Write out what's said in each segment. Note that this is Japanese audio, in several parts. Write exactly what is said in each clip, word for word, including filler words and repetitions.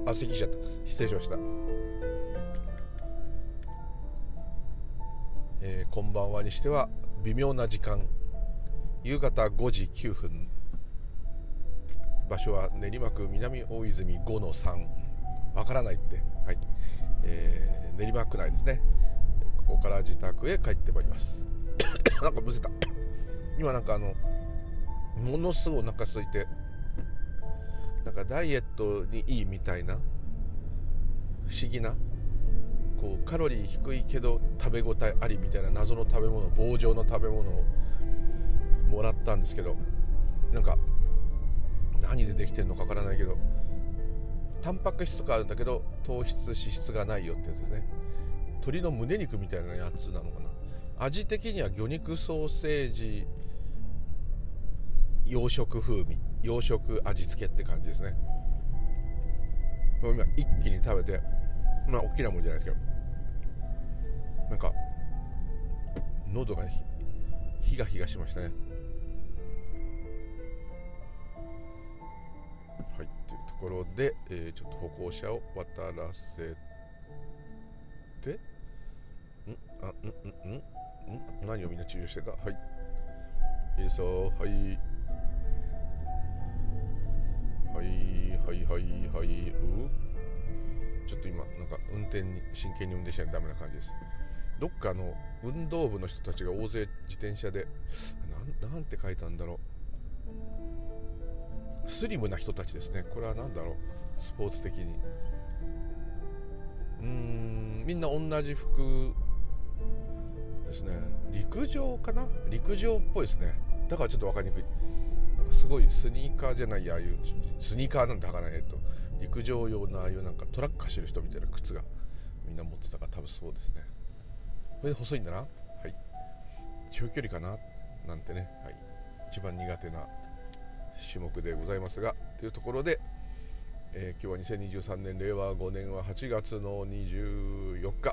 あ、咳しちゃった。失礼しました。えー、こんばんはにしては微妙な時間、夕方ごじきゅうふん、場所は練馬区南大泉 ごのさん、 わからないって、はい、えー、練馬区内ですね。ここから自宅へ帰ってまいりますなんかむせた。今なんかあのものすごいお腹空いて、なんかダイエットにいいみたいな不思議なこうカロリー低いけど食べ応えありみたいな謎の食べ物、棒状の食べ物をもらったんですけど、なんか何でできてるのかわからないけど、タンパク質とかあるんだけど糖質脂質がないよってやつですね。鶏の胸肉みたいなやつなのかな。味的には魚肉ソーセージ洋食風味、洋食味付けって感じですね。今一気に食べて、まあ大きなもんじゃないですけど、なんか喉がひがひがしましたね。はい、というところで、えー、ちょっと歩行者を渡らせて、んあんんんん何をみんな注意してた。はい、いいですよ。はいはいはいはいはい、うちょっと今なんか運転に真剣に運転しないとダメな感じです。どっかの運動部の人たちが大勢自転車で、なん、なんて書いたんだろう、スリムな人たちですね。これはなんだろう、スポーツ的にうーんみんな同じ服ですね。陸上かな、陸上っぽいですね。だからちょっと分かりにくい。なんかすごいスニーカーじゃないや、ああいうスニーカーなんて履かない、えっと陸上用のああいうなんかトラック走る人みたいな靴がみんな持ってたから、多分そうですね。これで細いんだな、はい、長距離かななんてね、はい、一番苦手な種目でございますが、というところで、えー、今日はにせんにじゅうさんねんれいわごねんははちがつのにじゅうよっか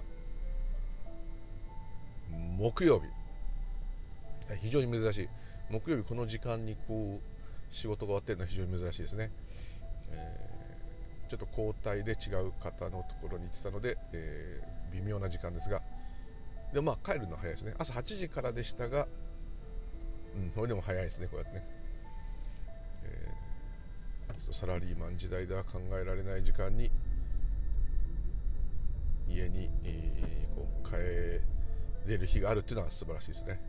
木曜日。非常に珍しい、木曜日この時間にこう仕事が終わってるのは非常に珍しいですね。えー、ちょっと交代で違う方のところに行ってたので、えー、微妙な時間ですが、でもまあ帰るのは早いですね。朝はちじからでしたが、うん、これでも早いですね、こうやってね。えー、サラリーマン時代では考えられない時間に家に、えー、こう帰れる日があるっていうのは素晴らしいですね。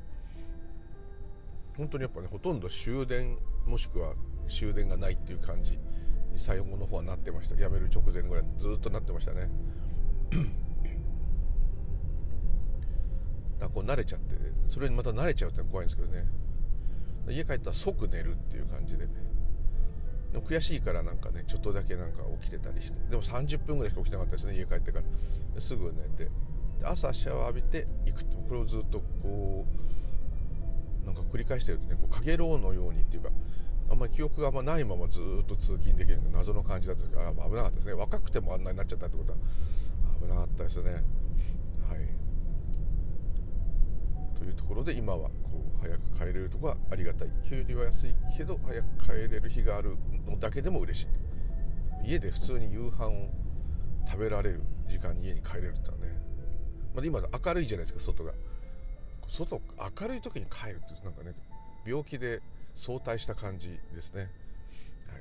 本当にやっぱね、ほとんど終電もしくは終電がないっていう感じに最後の方はなってました。辞める直前ぐらいずっとなってましたねだからこう慣れちゃって、それにまた慣れちゃうって怖いんですけどね。家帰ったら即寝るっていう感じで、でも悔しいからなんかね、ちょっとだけなんか起きてたりして、でもさんじゅっぷんぐらいしか起きなかったですね、家帰ってから。すぐ寝て、朝シャワー浴びて行くって、これをずっとこうなんか繰り返してるとね、こうかげろうのようにっていうか、あんまり記憶があんまないままずっと通勤できるんで、謎の感じだったんですけど、危なかったですね。若くてもあんなになっちゃったってことは危なかったですね。はい。というところで、今はこう早く帰れるところはありがたい。給料は安いけど早く帰れる日があるのだけでも嬉しい。家で普通に夕飯を食べられる時間に家に帰れるってのはね、まあ、今明るいじゃないですか、外が。外明るい時に帰るってなんかね、病気で早退した感じですね。はい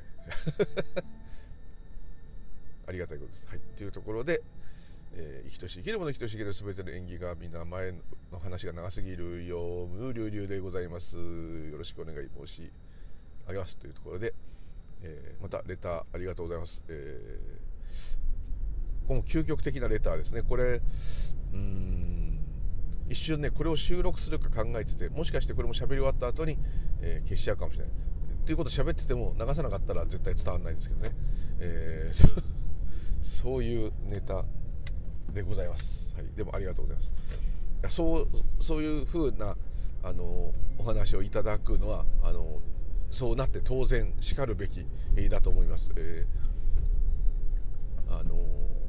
ありがたいことです。はい、というところで、えー、生きとし生きるもの生きとし生けるすべての縁起がみんな前の話が長すぎるよ無流流でございます。よろしくお願い申し上げますというところで、えー、またレターありがとうございます。えー、この究極的なレターですね。これうーん一瞬ね、これを収録するか考えてて、もしかしてこれも喋り終わった後に、えー、消しちゃうかもしれないっていうことを喋ってても流さなかったら絶対伝わらないんですけどね、えー、そ, そういうネタでございます。はい、でもありがとうございます。いや、そうそういう風なあのお話をいただくのはあのそうなって当然しかるべきだと思います。えー、あの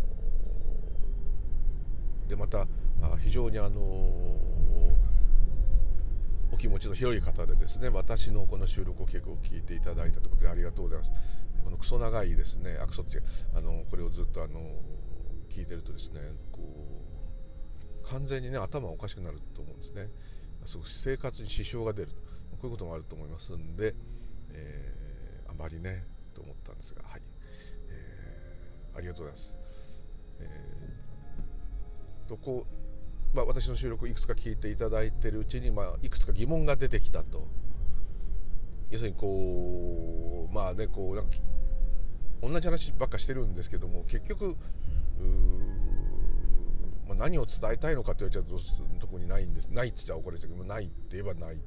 でまた非常にあのお気持ちの広い方でですね、私のこの収録を結構聞いていただいたということでありがとうございます。 このクソ長いですね、あクソってあのこれをずっとあの聞いてるとですね、こう完全にね頭おかしくなると思うんですね。すごく生活に支障が出る、こういうこともあると思いますんで、えー、あまりねと思ったんですが、はい、えー、ありがとうございます。えー、とこう、まあ、私の収録いくつか聞いていただいているうちに、まあ、いくつか疑問が出てきたと。要するにこうまあねこうなんか同じ話ばっかしてるんですけども、結局まあ、何を伝えたいのかと言われちゃうととこにないんです。ないって言ったら怒られちゃうけど、ないって言えばない、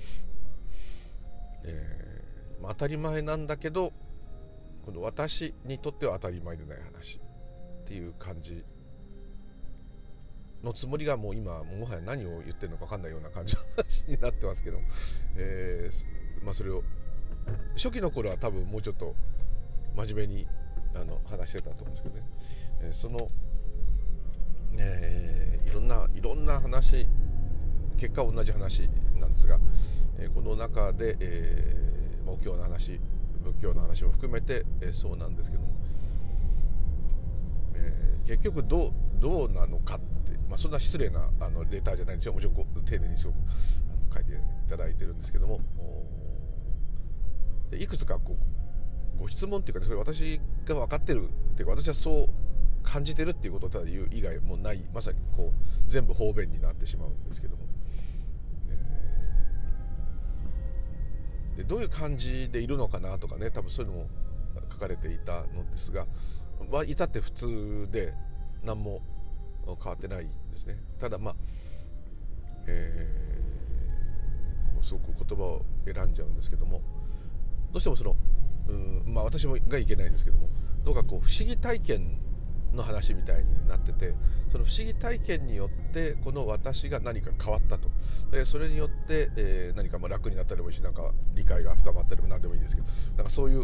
えーまあ、当たり前なんだけど今度私にとっては当たり前でない話っていう感じのつもりが、もう今もはや何を言ってるのか分かんないような感じの話になってますけど、えーまあ、それを初期の頃は多分もうちょっと真面目にあの話してたと思うんですけどね、えー、そのえー、いろんないろんな話、結果は同じ話なんですが、えー、この中で、えー、お経の話、仏教の話も含めて、えー、そうなんですけども、えー、結局どうどうなのかって、まあ、そんな失礼なあのレターじゃないんですよ。もちろんこう丁寧にすごくあの書いていただいてるんですけども、でいくつかこうご質問っていうか、ね、それ私が分かってるっていうか、私はそう感じてるっていうことをただ言う以外もない、まさにこう全部方便になってしまうんですけども、えー、でどういう感じでいるのかなとかね、多分そういうのも書かれていたのですが、まあ、至って普通で何も変わってないですね。ただまあ、えー、こうすごく言葉を選んじゃうんですけども、どうしてもそのうんまあ私もがいけないんですけども、どうかこう不思議体験の話みたいになってて、その不思議体験によってこの私が何か変わったと、えー、それによって、えー、何かまあ楽になったりもいいし、なんか理解が深まったりも何でもいいんですけど、なんかそういう、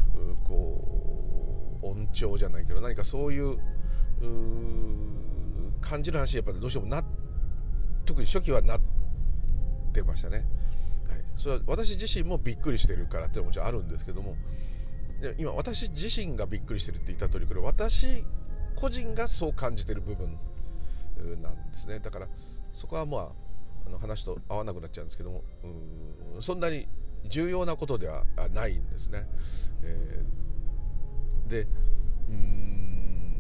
こう恩寵じゃないけど、何かそういう、う感じる話やっぱりどうしてもな特に初期はなってましたね。はい、それは私自身もびっくりしてるからっていうのももちろんあるんですけども、今私自身がびっくりしてるって言った通り、これ私個人がそう感じてる部分なんですね。だからそこはまあ、あの話と合わなくなっちゃうんですけども、うんそんなに重要なことではないんですね。えー、でうーん、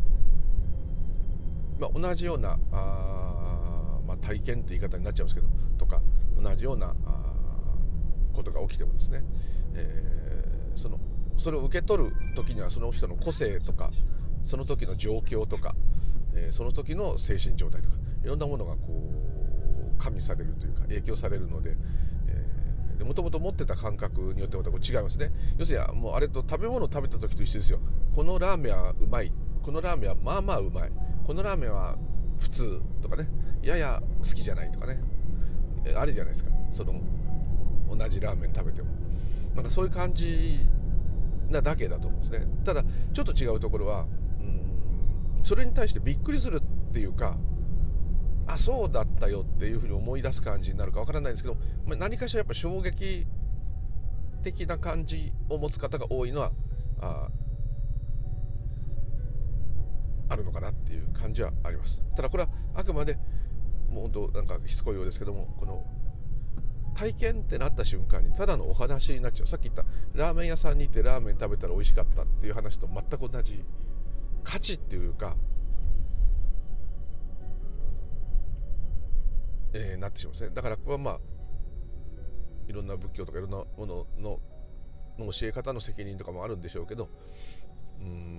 まあ、同じようなあ、まあ、体験って言い方になっちゃうんですけどとか、同じようなことが起きてもですね、えー、そのそれを受け取る時にはその人の個性とかその時の状況とか、えー、その時の精神状態とかいろんなものがこう加味されるというか影響されるので、えー、でもともと持ってた感覚によってまたこう違いますね。要するにもうあれと食べ物を食べた時と一緒ですよ。このラーメンはうまい、このラーメンはまあまあうまい、このラーメンは普通とかね、やや好きじゃないとかね、えー、あるじゃないですか。その同じラーメン食べてもなんかそういう感じなだけだと思うんですね。ただちょっと違うところは、うーんそれに対してびっくりするっていうか、あそうだったよっていうふうに思い出す感じになるかわからないんですけど、まあ、何かしらやっぱ衝撃的な感じを持つ方が多いのは あ, あるのかなっていう感じはあります。ただこれはあくまでもう本当なんかしつこいようですけども、この体験ってなった瞬間にただのお話になっちゃう。さっき言ったラーメン屋さんに行ってラーメン食べたら美味しかったっていう話と全く同じ価値っていうか、えー、なってしまうんですね。だからここはまあいろんな仏教とかいろんなもののの教え方の責任とかもあるんでしょうけど、うーん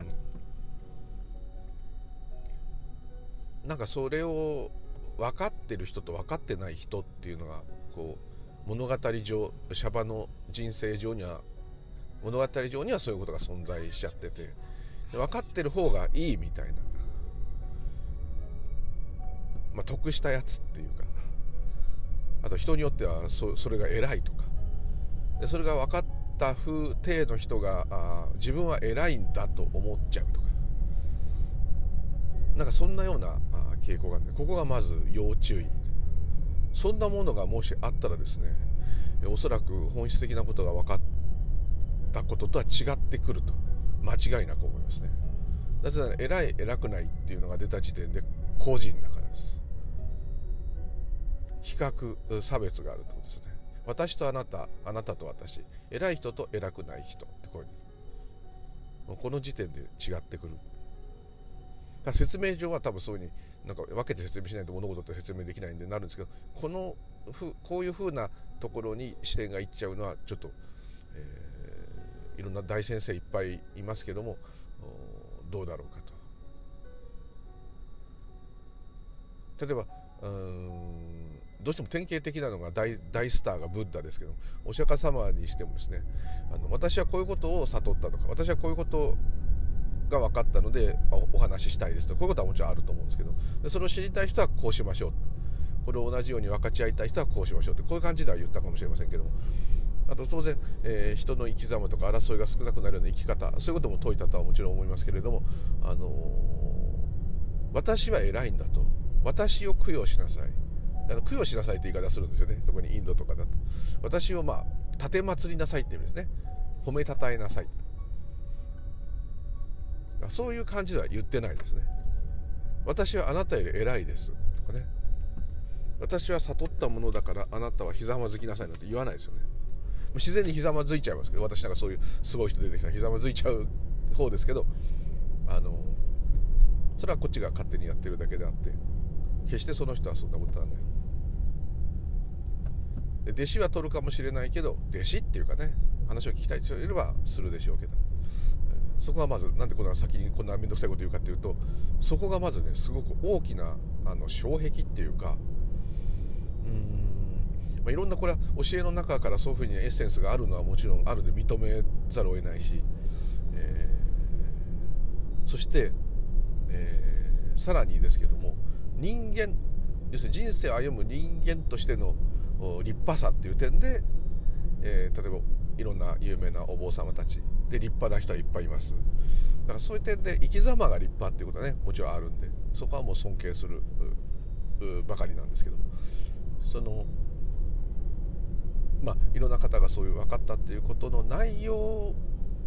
なんかそれを分かってる人と分かってない人っていうのがこう物語上、シャバの人生上には物語上にはそういうことが存在しちゃってて、分かってる方がいいみたいな、まあ、得したやつっていうか、あと人によっては そ, それが偉いとかで、それが分かった風体の人があ自分は偉いんだと思っちゃうとか、なんかそんなようなあ傾向があるので、ここがまず要注意。そんなものがもしあったらですね、おそらく本質的なことが分かったこととは違ってくると間違いなく思いますね。なぜなら偉い偉くないっていうのが出た時点で個人だからです。比較差別があるってことですね。私とあなた、あなたと私、偉い人と偉くない人ってこういうもうこの時点で違ってくる。だから説明上は多分そういうふうになんか分けて説明しないと物事って説明できないんでなるんですけど、このふこういうふうなところに視点がいっちゃうのはちょっと、えー、いろんな大先生いっぱいいますけどもどうだろうかと。例えばうーんどうしても典型的なのが 大, 大スターがブッダですけど、お釈迦様にしてもですね、あの私はこういうことを悟ったとか、私はこういうことが分かったので お, お話ししたいですと、こういうことはもちろんあると思うんですけど、でそれを知りたい人はこうしましょう、これを同じように分かち合いたい人はこうしましょうって、こういう感じでは言ったかもしれませんけども、あと当然、えー、人の生き様とか争いが少なくなるような生き方、そういうことも説いたとはもちろん思いますけれども、あのー、私は偉いんだと、私を供養しなさい、あの供養しなさいって言い方するんですよね。特にインドとかだと私をまあ立てまつりなさいって意味ですね。褒めたたえなさい、そういう感じでは言ってないですね。私はあなたより偉いですとかね、私は悟ったものだからあなたはひざまずきなさいなんて言わないですよね。自然にひざまずいちゃいますけど、私なんかそういうすごい人出てきたらひざまずいちゃう方ですけど、あのそれはこっちが勝手にやってるだけであって、決してその人はそんなことはない。で弟子は取るかもしれないけど、弟子っていうかね、話を聞きたい人がいればするでしょうけど、そこがまずなんでこんな先にこんな面倒くさいこと言うかっていうと、そこがまずねすごく大きなあの障壁っていうか、うーん、まあ、いろんなこれは教えの中からそういうふうにエッセンスがあるのはもちろんあるんで認めざるを得ないし、えー、そして、えー、さらにですけども、人間、要するに人生を歩む人間としての立派さっていう点で、えー、例えばいろんな有名なお坊様たちで立派な人はいっぱいいます。だからそういう点で生き様が立派っていうことはねもちろんあるんで、そこはもう尊敬するばかりなんですけども、そのまあいろんな方がそういう分かったっていうことの内容を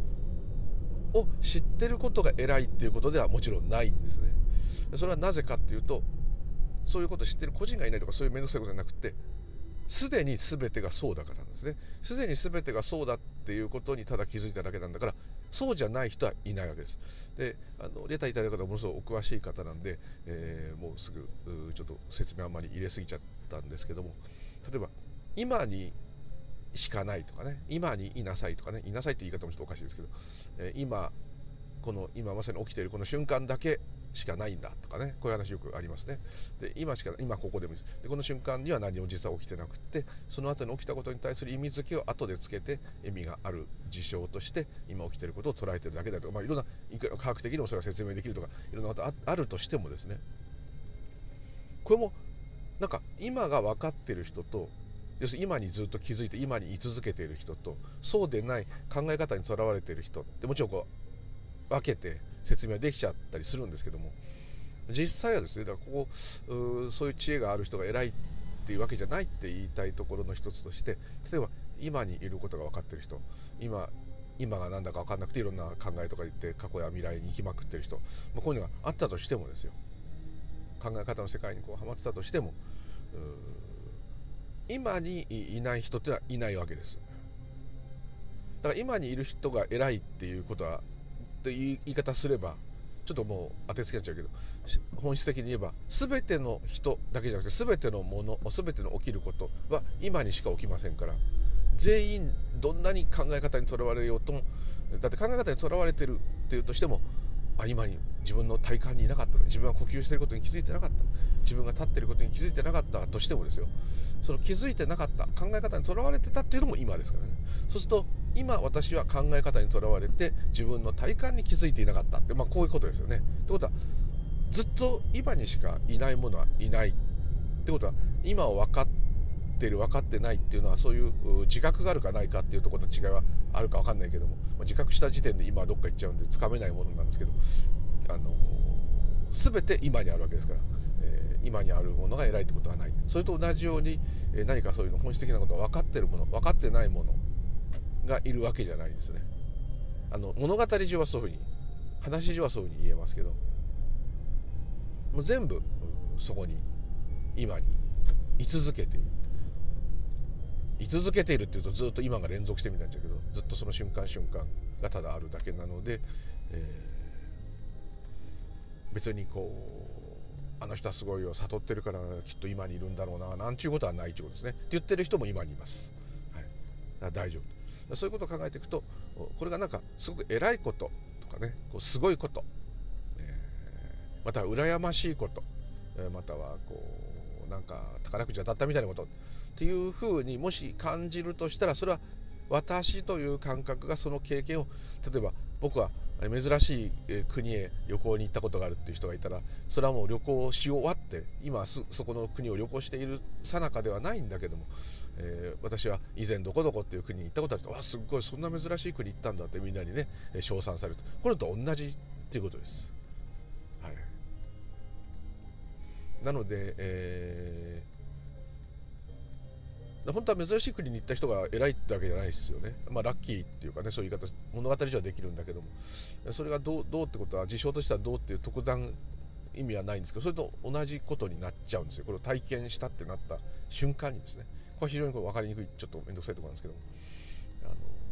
知ってることが偉いっていうことではもちろんないんですね。それはなぜかっていうと、そういうことを知ってる個人がいないとかそういう面倒くさいことじゃなくて、すでに全てがそうだからなんですね。すでに全てがそうだっていうことにただ気づいただけなんだから、そうじゃない人はいないわけです。で、あのレターいただいた方はものすごくお詳しい方なんで、えー、もうすぐちょっと説明あんまり入れすぎちゃったんですけども、例えば今にしかないとかね、今にいなさいとかね、いなさいって言い方もちょっとおかしいですけど、えー、今この今まさに起きているこの瞬間だけしかないんだとかね、こういう話よくありますね。で、今しか今ここでもいいです。で、この瞬間には何も実は起きてなくて、その後に起きたことに対する意味付けを後でつけて意味がある事象として今起きていることを捉えているだけだとか、まあ、いろんな科学的にもそれが説明できるとかいろんなこと あ, あるとしてもですね、これもなんか今が分かっている人と、要するに今にずっと気づいて今に居続けている人と、そうでない考え方にとらわれている人ってもちろんこう分けて説明できちゃったりするんですけども、実際はですね、だからここそういう知恵がある人が偉いっていうわけじゃないって言いたいところの一つとして、例えば今にいることが分かっている人、今今が何だか分かんなくていろんな考えとか言って過去や未来に行きまくっている人、まあ、こういうのがあったとしてもですよ、考え方の世界にこうハマってたとしても、今にいない人ってのはいないわけです。だから今にいる人が偉いっていうことはって言い方すればちょっともう当てつけちゃうけど、本質的に言えば全ての人だけじゃなくて全てのもの、全ての起きることは今にしか起きませんから、全員どんなに考え方にとらわれようとも、だって考え方にとらわれてるっていうとしても、あ、今に自分の体感にいなかった、自分は呼吸していることに気づいてなかった、自分が立っていることに気づいてなかったとしてもですよ、その気づいてなかった考え方にとらわれてたっていうのも今ですからね。そうすると今私は考え方にとらわれて自分の体感に気づいていなかったって、まあ、こういうことですよね。ってことはずっと今にしかいないものはいないってことは、今を分かっている分かってないっていうのはそういう自覚があるかないかっていうところの違いはあるか分かんないけども、まあ、自覚した時点で今はどっか行っちゃうんでつかめないものなんですけど、あの全て今にあるわけですから、えー、今にあるものが偉いってことはない。それと同じように、えー、何かそういうの本質的なことが分かっているもの分かってないものがいるわけじゃないんですね。 あの物語上はそういうふうに、話上はそういうふうに言えますけど、もう全部そこに今に居続けている。居続けているっていうとずっと今が連続してみたいんだけど、ずっとその瞬間瞬間がただあるだけなので、えー、別にこうあの人はすごいよ、悟ってるからきっと今にいるんだろうななんちゅうことはないということですねって言ってる人も今にいます、はい、だから大丈夫。そういうことを考えていくと、これがなんかすごく偉いこととかね、こうすごいこと、えー、または羨ましいこと、またはこうなんか宝くじ当たったみたいなことっていうふうにもし感じるとしたら、それは私という感覚がその経験を、例えば僕は珍しい国へ旅行に行ったことがあるっていう人がいたら、それはもう旅行し終わって今すそこの国を旅行している最中ではないんだけども、えー、私は以前どこどこっていう国に行ったことあると、わすっごいそんな珍しい国行ったんだってみんなにね称賛されると、これと同じっていうことです、はい、なので、えー本当は珍しい国に行った人が偉いってわけじゃないですよね。まあラッキーっていうかね、そういう言い方物語上はできるんだけども、それがどう、どうってことは事象としてはどうっていう特段意味はないんですけど、それと同じことになっちゃうんですよ。これを体験したってなった瞬間にですね、これは非常にこう分かりにくい、ちょっと面倒くさいところなんですけども、あの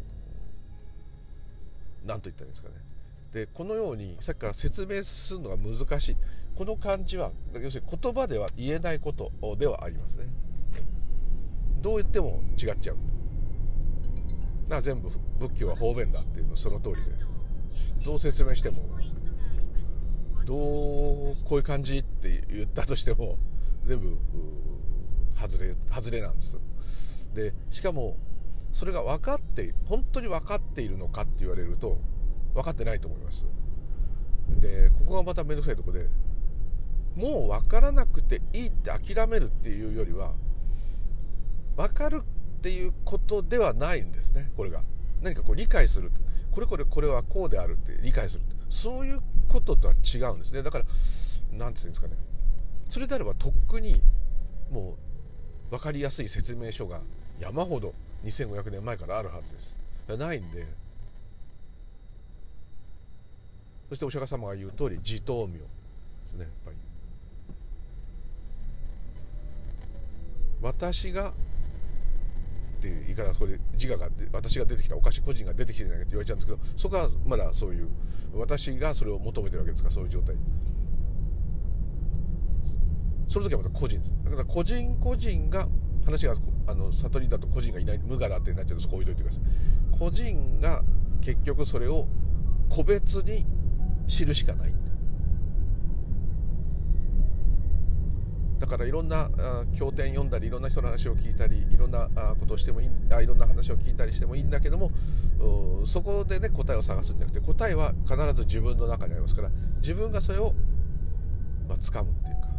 何と言ったらいいんですかね。でこのようにさっきから説明するのが難しい、この感じは要するに言葉では言えないことではありますね。どう言っても違っちゃう。だから全部仏教は方便だっていうのその通りで、どう説明してもどうこういう感じって言ったとしても全部外れ外れなんです。でしかもそれが分かっている、本当に分かっているのかって言われると分かってないと思います。でここがまた面倒くさいところで、もう分からなくていいって諦めるっていうよりは、分かるっていうことではないんですね。これが何かこう理解する、これこれこれはこうであるって理解する、そういうこととは違うんですね。だから何て言うんですかね、それであればとっくにもう分かりやすい説明書が山ほどにせんごひゃくねんまえからあるはずです。ないんで、そしてお釈迦様が言う通り自灯明ですね。やっぱり私がっていう言い方、これ自我が私が出てきたおかしい、個人が出てきてるんだけど言われちゃうんですけど、そこはまだそういう私がそれを求めてるわけですから、そういう状態、その時はまた個人です。だから個人個人が話があの悟りだと個人がいない、無我だってなっちゃうとそこ置いといてください。個人が結局それを個別に知るしかない。だからいろんな経典読んだり、いろんな人の話を聞いたり、いろんなことをしてもいい、あいろんな話を聞いたりしてもいいんだけども、そこでね答えを探すんじゃなくて、答えは必ず自分の中にありますから、自分がそれをまあ掴むっていうか、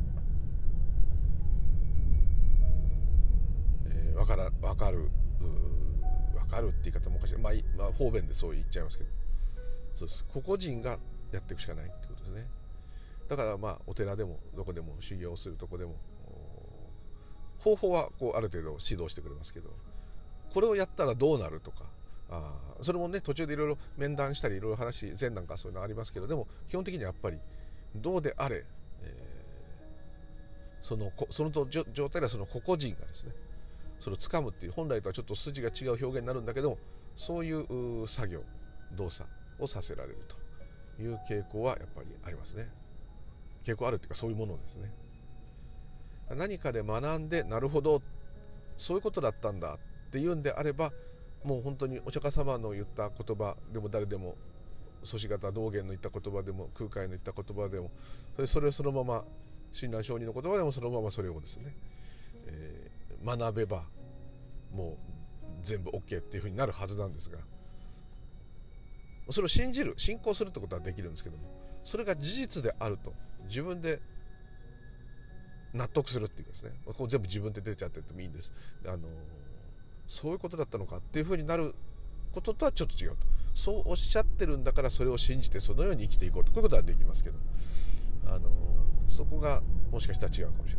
えー、分から分かる分かるって言い方もおかしい、まあ、まあ方便でそう言っちゃいますけど、そうです。個々人がやっていくしかないってことですね。だからまあお寺でもどこでも修行するとこでも方法はこうある程度指導してくれますけど、これをやったらどうなるとか、あそれもね途中でいろいろ面談したりいろいろ話禅なんかそういうのありますけど、でも基本的にはやっぱりどうであれ、えー、そのその状態ではその個々人がですねそれを掴むっていう、本来とはちょっと筋が違う表現になるんだけども、そういう作業動作をさせられるという傾向はやっぱりありますね。傾向あるっていうかそういうものですね。何かで学んでなるほどそういうことだったんだっていうんであれば、もう本当にお釈迦様の言った言葉でも誰でも、祖師方道元の言った言葉でも空海の言った言葉でも、それをそのまま親鸞上人の言葉でもそのままそれをですね、えー、学べばもう全部 OK っていうふうになるはずなんですが、それを信じる信仰するってことはできるんですけども、それが事実であると自分で納得するっていうかですね、これ全部自分で出ちゃっててもいいんです。あのそういうことだったのかっていうふうになることとはちょっと違うと。そうおっしゃってるんだからそれを信じてそのように生きていこうと、こういうことはできますけど、あのそこがもしかしたら違うかもしれ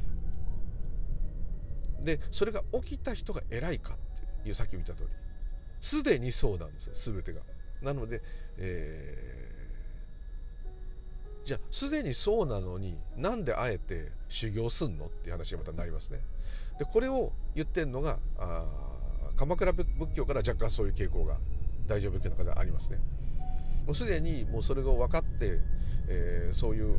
ない。でそれが起きた人が偉いかっていう、さっき見た通りすでにそうなんですよ、全てが。なので、えー、じゃあすでにそうなのになんであえて修行すんのっていう話にまたなりますね。でこれを言ってるのがあ鎌倉仏教から若干そういう傾向が大乗仏教の中でありますね。もうすでにもうそれが分かって、えー、そういう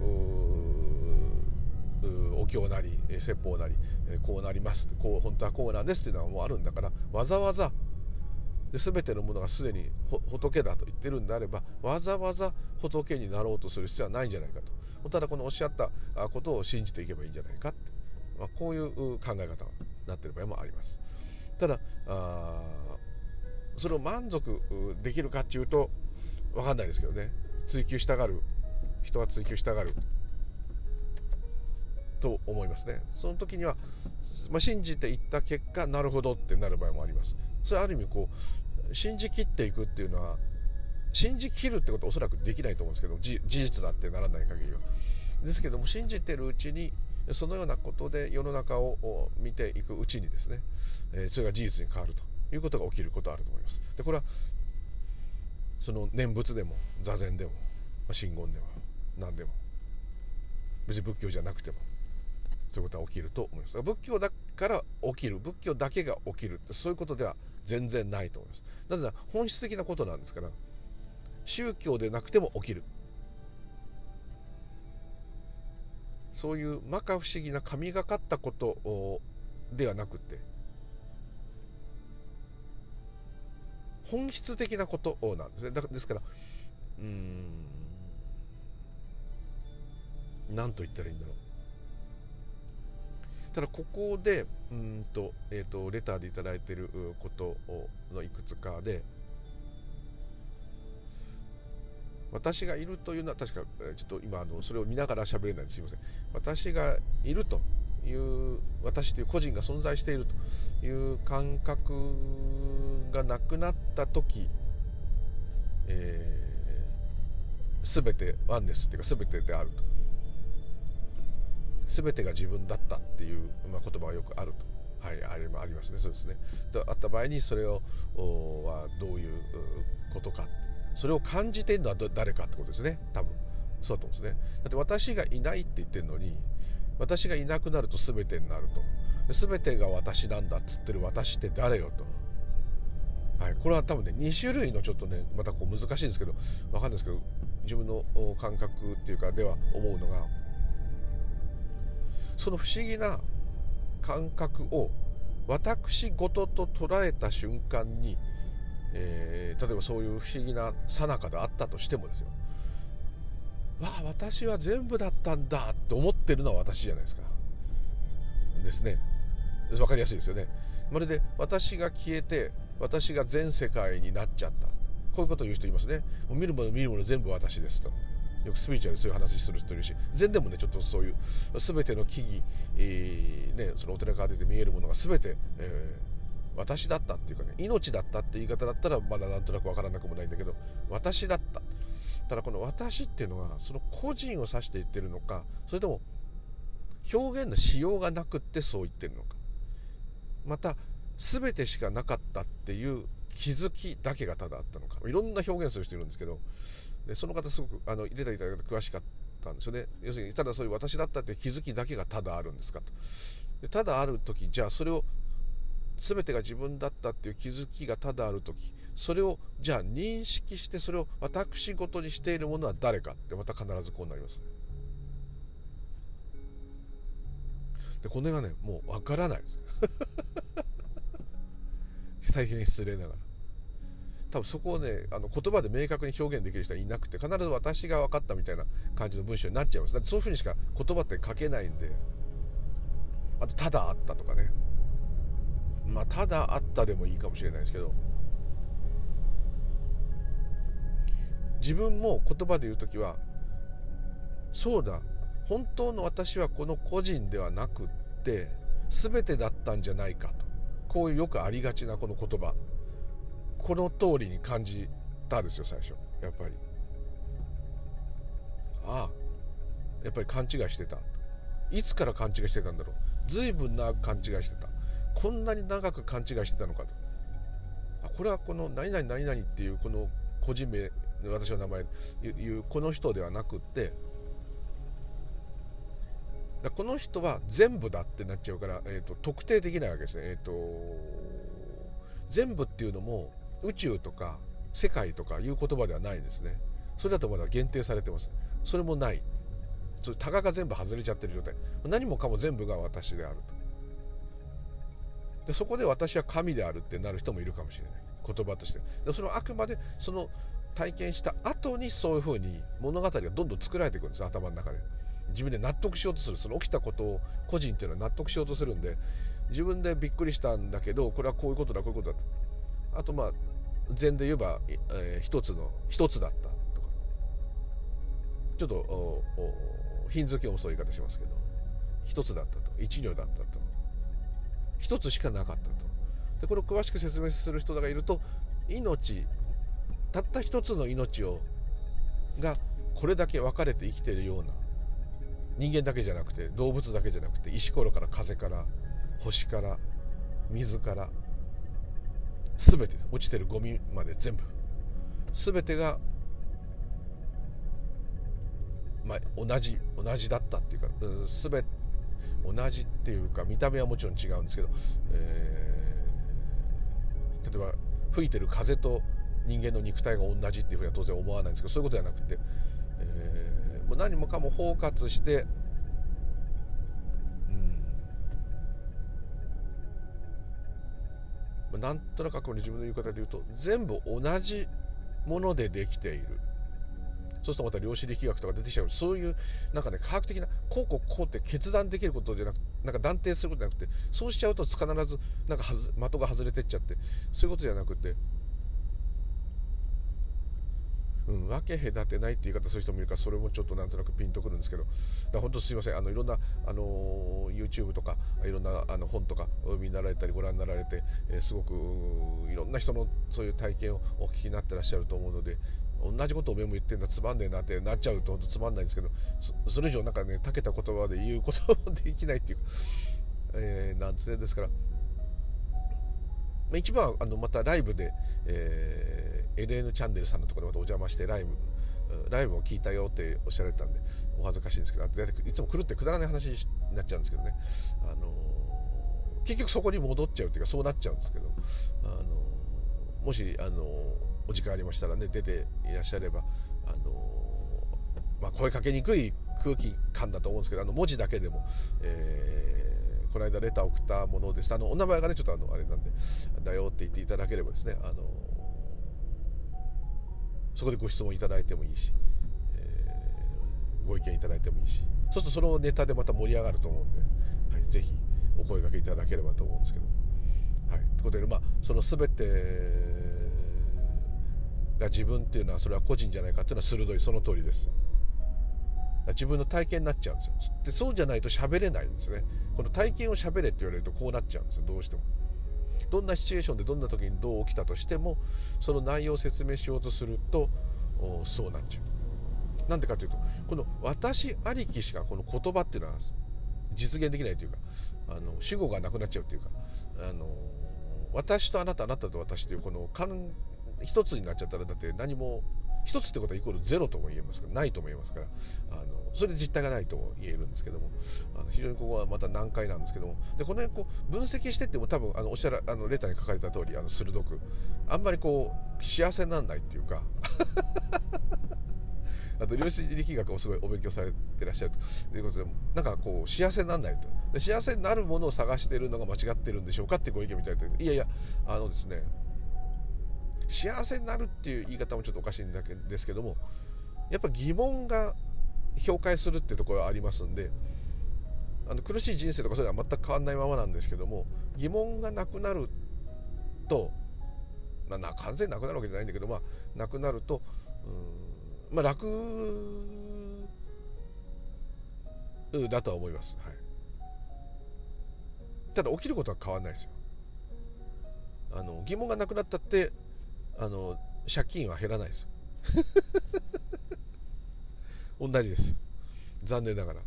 お経なり説法なりこうなりますこう本当はこうなんですっていうのはもうあるんだから、わざわざで全てのものがすでに仏だと言ってるんであれば、わざわざ仏になろうとする必要はないんじゃないかと。ただこのおっしゃったことを信じていけばいいんじゃないかって、まあ、こういう考え方になっている場合もあります。ただあそれを満足できるかっていうと分かんないですけどね。追求したがる人は追求したがると思いますね。その時には、まあ、信じていった結果なるほどってなる場合もあります。それはある意味こう信じきっていくっていうのは、信じきるってことはおそらくできないと思うんですけど、事実だってならない限りはですけども、信じてるうちにそのようなことで世の中を見ていくうちにですね、えー、それが事実に変わるということが起きることがあると思います。でこれはその念仏でも座禅でも真言でも何でも、別に仏教じゃなくてもそういうことは起きると思います。仏教だから起きる、仏教だけが起きるってそういうことでは全然ないと思います。なぜなら本質的なことなんですから。宗教でなくても起きる、そういう摩訶不思議な神がかったことではなくて、本質的なことなんですね。だですからうーん何と言ったらいいんだろう。ただここでうんと、えーと、レターでいただいていることのいくつかで、私がいるというのは確かちょっと今あのそれを見ながら喋れないんですいません。私がいるという私という個人が存在しているという感覚がなくなった時、えー、全てワンネスっていうか全てであると、全てが自分だったっていう、まあ、言葉がよくあると、はい、あれもありますね。そうですね。あった場合にそれをはどういうことか、それを感じているのは誰かってことですね。多分そうだと思うんですね。だって私がいないって言ってるのに、私がいなくなると全てになると、全てが私なんだっつってる私って誰よと、はい、これは多分ねに種類のちょっとねまたこう難しいんですけど、分かんないですけど、自分の感覚っていうかでは思うのが、その不思議な感覚を私事と捉えた瞬間に、えー、例えばそういう不思議な最中であったとしてもですよ、わあ私は全部だったんだって思ってるのは私じゃないですか。ですね。分かりやすいですよね。まるで私が消えて私が全世界になっちゃった、こういうことを言う人いますね。もう見るもの見るもの全部私ですと。よくスピリチュアルでそういう話する人いるし、禅でもねちょっとそういう全ての木々、えーね、そのお寺から出て見えるものが全て、えー、私だったっていうかね、命だったって言い方だったらまだなんとなく分からなくもないんだけど、私だった。ただこの私っていうのはその個人を指して言ってるのか、それとも表現のしようがなくってそう言ってるのか、また全てしかなかったっていう気づきだけがただあったのか、いろんな表現する人いるんですけど、でその方すごくあの入れたりいただいた詳しかったんですよね。要するにただそういう私だったっていう気づきだけがただあるんですかと。でただある時、じゃあそれを全てが自分だったっていう気づきがただある時、それをじゃあ認識してそれを私事にしているものは誰かって、また必ずこうなりますね。でこれがねもう分からないです大変失礼ながら。多分そこをねあの言葉で明確に表現できる人はいなくて、必ず私が分かったみたいな感じの文章になっちゃいます。だってそういうふうにしか言葉って書けないんで。あとただあったとかね、まあただあったでもいいかもしれないですけど、自分も言葉で言うときはそうだ、本当の私はこの個人ではなくって全てだったんじゃないかと、こういうよくありがちなこの言葉、この通りに感じたですよ最初。やっぱりああやっぱり勘違いしてた。いつから勘違いしてたんだろう。随分長く勘違いしてた。こんなに長く勘違いしてたのかと。あここれはこの何々何々っていうこの個人名、私の名前いうこの人ではなくて、だこの人は全部だってなっちゃうから、えーと、特定できないわけですね。えーと、全部っていうのも宇宙とか世界とかいう言葉ではないんですね。それだとまだ限定されてます。それもない。それタガが全部外れちゃってる状態。何もかも全部が私であると。でそこで私は神であるってなる人もいるかもしれない、言葉として。でそれはあくまでその体験した後にそういうふうに物語がどんどん作られていくんです、頭の中で。自分で納得しようとする。その起きたことを個人っていうのは納得しようとするんで、自分でびっくりしたんだけどこれはこういうことだこういうことだと。あとまあ禅で言えば、えー、一つの一つだったとか、ちょっとヒンズー教もそういう言い方しますけど、一つだったと、一如だったと、一つしかなかったと。でこれを詳しく説明する人がいると、命たった一つの命をがこれだけ分かれて生きているような、人間だけじゃなくて動物だけじゃなくて石ころから風から星から水から全て落ちてるゴミまで全部全てが、まあ、同じ同じだったっていうか、うん、全て同じっていうか見た目はもちろん違うんですけど、えー、例えば吹いてる風と人間の肉体が同じっていうふうには当然思わないんですけど、そういうことではなくて、えー、もう何もかも包括して、うん、なんとなくこれ自分の言い方で言うと全部同じものでできている。そうするとまた量子力学とか出てきちゃう。そういうなんかね、科学的なこうこうこうって決断できることじゃなくて、なんか断定することじゃなくて、そうしちゃうと必ずなんかはず的が外れてっちゃって、そういうことじゃなくて、うん、分け隔てないって言い方する人もいるから、それもちょっとなんとなくピンとくるんですけど、だから本当すいません。あのいろんなあの YouTube とかいろんなあの本とかお読みになられたりご覧になられて、えー、すごくいろんな人のそういう体験をお聞きになってらっしゃると思うので、同じことをおめえも言ってんだつまんねえなってなっちゃうと本当つまんないんですけど、 そ, それ以上なんかねたけた言葉で言うこともできないっていうか、えー、なんですね。ですから一番はあのまたライブで、えー、エルエヌ チャンネルさんのところまたお邪魔してライブライブを聞いたよっておっしゃられたんでお恥ずかしいんですけど、いつも狂ってくだらない話になっちゃうんですけどね、あのー、結局そこに戻っちゃうっていうかそうなっちゃうんですけど、あのー、もし、あのー、お時間ありましたらね出ていらっしゃれば、あのーまあ、声かけにくい空気感だと思うんですけど、あの文字だけでも、えー、この間レターを送ったものです。あのお名前がねちょっとあのあれなんでだよって言っていただければですね、あのそこでご質問いただいてもいいし、えー、ご意見いただいてもいいし、そうするとそのネタでまた盛り上がると思うんで、はい、ぜひお声掛けいただければと思うんですけど、はい、ということで、まあ、その全てが自分っていうのはそれは個人じゃないかっていうのは鋭い、その通りです。自分の体験になっちゃうんですよ。でそうじゃないと喋れないんですね。この体験を喋れって言われるとこうなっちゃうんですよ、どうしても。どんなシチュエーションでどんな時にどう起きたとしてもその内容を説明しようとするとそうなっちゃう。なんでかというとこの私ありきしかこの言葉っていうのは実現できないというか、あの主語がなくなっちゃうというか、あの私とあなたあなたと私というこの一つになっちゃったら、だって何も一つってことはイコールゼロとも言えますからないとも言えますから、あのそれで実体がないとも言えるんですけども、あの非常にここはまた難解なんですけども、でこの辺こう分析してっても多分あのおっしゃらあのレターに書かれた通りあの鋭くあんまりこう幸せにならないっていうかあと量子力学もすごいお勉強されてらっしゃるということで、なんかこう幸せにならないと、で幸せになるものを探しているのが間違ってるんでしょうかってご意見みたいで、いやいやあのですね、幸せになるっていう言い方もちょっとおかしいんだけですけども、やっぱ疑問が評価するっていうところはありますんで、あの苦しい人生とかそれは全く変わらないままなんですけども、疑問がなくなると、まあ、完全になくなるわけじゃないんだけど、まあ、なくなるとうん、まあ、楽だとは思います、はい、ただ起きることは変わらないですよ。あの疑問がなくなったってあの借金は減らないですよ同じですよ、残念ながら。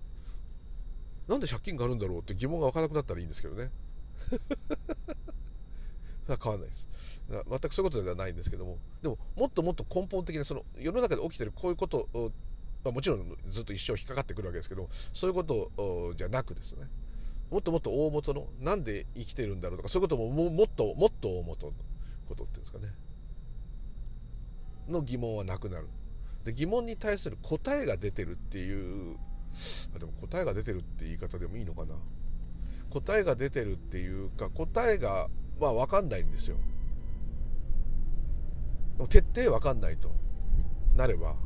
なんで借金があるんだろうって疑問が湧かなくなったらいいんですけどねそれは変わらないです。全くそういうことではないんですけども、でももっともっと根本的なその世の中で起きてるこういうことを、まあ、もちろんずっと一生引っかかってくるわけですけど、そういうことじゃなくですね、もっともっと大元のなんで生きてるんだろうとか、そういうこともももっともっと大元のことっていうんですかねの疑問はなくなる。で疑問に対する答えが出てるっていう、でも答えが出てるって言い方でもいいのかな、答えが出てるっていうか、答えがまあ分かんないんですよ。でも徹底分かんないとなれば、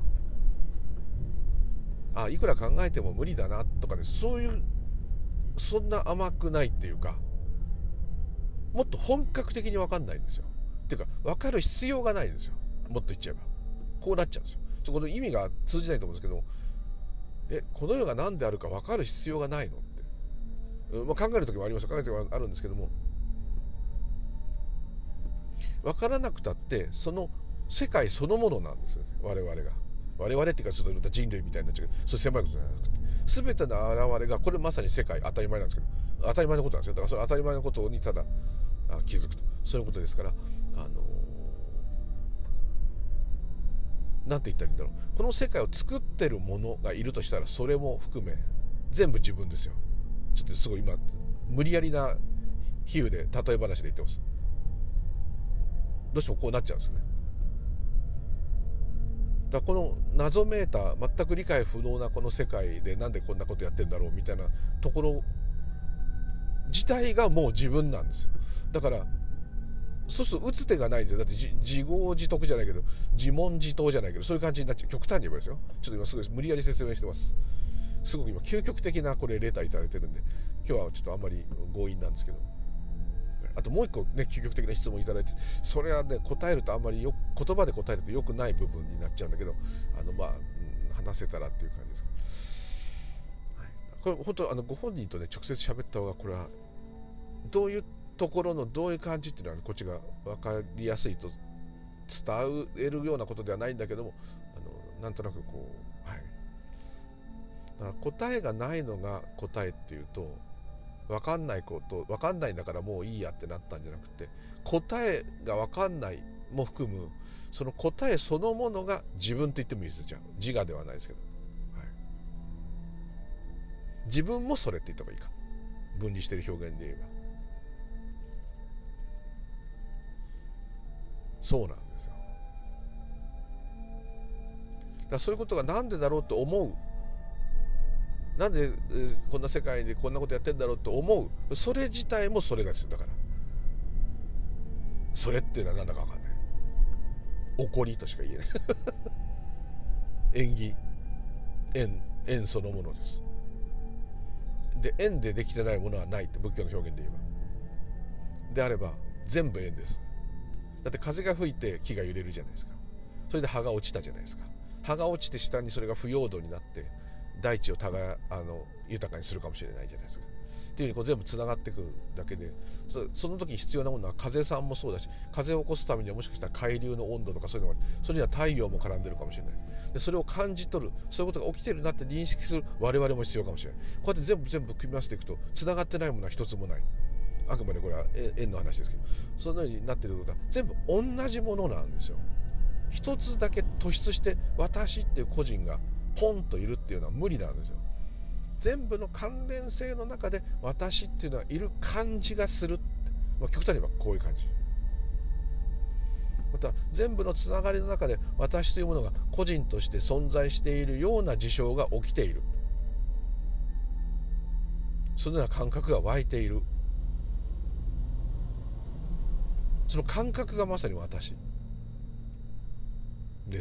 あいくら考えても無理だなとかね、そういうそんな甘くないっていうか、もっと本格的に分かんないんですよ。っていうか分かる必要がないんですよ。もっと言っちゃえばこうなっちゃうんですよ。ちょこの意味が通じないと思うんですけど、えこの世が何であるか分かる必要がないのって、まあ、考える時もありますよ。考える時もあるんですけども、分からなくたってその世界そのものなんですよね、我々が。我々っていうかちょっと人類みたいになっちゃうけど、そう狭いことじゃなくて、全ての現れがこれまさに世界、当たり前なんですけど、当たり前のことなんですよ。だからその当たり前のことにただ気づくと、そういうことですから、あのなんて言ったらいいんだろう、この世界を作ってるものがいるとしたら、それも含め全部自分ですよ。ちょっとすごい今無理やりな比喩で例え話で言ってます。どうしてもこうなっちゃうんですね。だからこの謎めいた全く理解不能なこの世界でなんでこんなことやってんだろうみたいなところ自体がもう自分なんですよ。だからそうすると打つ手がないんですよ。だって自業自得じゃないけど自問自答じゃないけど、そういう感じになっちゃう。極端に言えばですよ。ちょっと今すごい無理やり説明してます。すごく今究極的なこれレターいただいてるんで、今日はちょっとあんまり強引なんですけど、あともう一個ね究極的な質問いただいて、それはね答えるとあんまりよ言葉で答えると良くない部分になっちゃうんだけど、あのまあ、うん、話せたらっていう感じですけど、はい、これ本当あのご本人とね直接喋った方が、これはどういうところのどういう感じっていうのは、ね、こっちが分かりやすいと伝えるようなことではないんだけども、あのなんとなくこう、はい、だから答えがないのが答えっていうと、分かんないこと分かんないんだからもういいやってなったんじゃなくて、答えが分かんないも含むその答えそのものが自分と言ってもいいです。じゃあ自我ではないですけど、はい、自分もそれって言った方がいいか、分離してる表現で言えばそうなんですよ。だからそういうことがなんでだろうと思う、なんで、えー、こんな世界でこんなことやってんだろうと思う、それ自体もそれですよ。だからそれっていうのは何だか分かんない、怒りとしか言えない縁起、縁縁そのものです。で縁でできてないものはないって仏教の表現で言えば、であれば全部縁です。だって風が吹いて木が揺れるじゃないですか。それで葉が落ちたじゃないですか。葉が落ちて下にそれが腐葉土になって大地をたがあの豊かにするかもしれないじゃないですか。っていうふうにこう全部つながってくるだけで、 そ, その時に必要なものは風さんもそうだし、風を起こすためにはもしかしたら海流の温度とかそういうのが、それには太陽も絡んでるかもしれない。でそれを感じ取る、そういうことが起きてるなって認識する我々も必要かもしれない。こうやって全部全部組み合わせていくとつながってないものは一つもない。あくまでこれは縁の話ですけど、そのようになっていることは全部同じものなんですよ。一つだけ突出して私っていう個人がポンといるっていうのは無理なんですよ。全部の関連性の中で私っていうのはいる感じがするって、まあ、極端に言えばこういう感じ。また全部のつながりの中で私というものが個人として存在しているような事象が起きている、そのような感覚が湧いている、その感覚がまさに私です。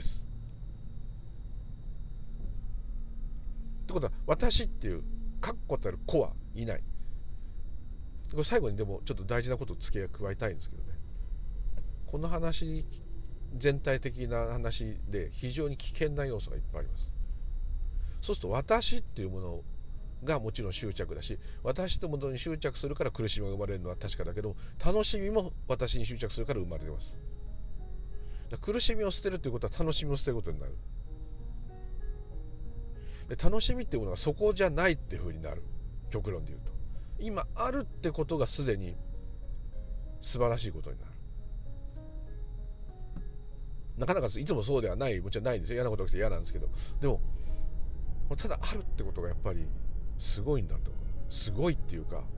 ってことは私っていう確固たる子はいない。これ最後にでもちょっと大事なことを付け加えたいんですけどね、この話全体的な話で非常に危険な要素がいっぱいあります。そうすると私っていうものがもちろん執着だし、私というものに執着するから苦しみが生まれるのは確かだけど、楽しみも私に執着するから生まれてます。だから苦しみを捨てるということは楽しみを捨てることになる。で楽しみっていうものがそこじゃないっていうふうになる。極論で言うと今あるってことがすでに素晴らしいことになる。なかなかいつもそうではない、もちろんないんですよ。嫌なことが来て嫌なんですけど、でもただあるってことがやっぱりすごいんだと。すごいっていうか、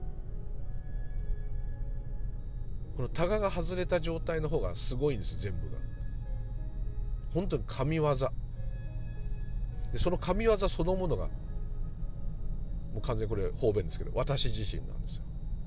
このタガが外れた状態の方がすごいんですよ。全部が本当に神業で、その神業そのものがもう完全にこれ方便ですけど、私自身なんですよ。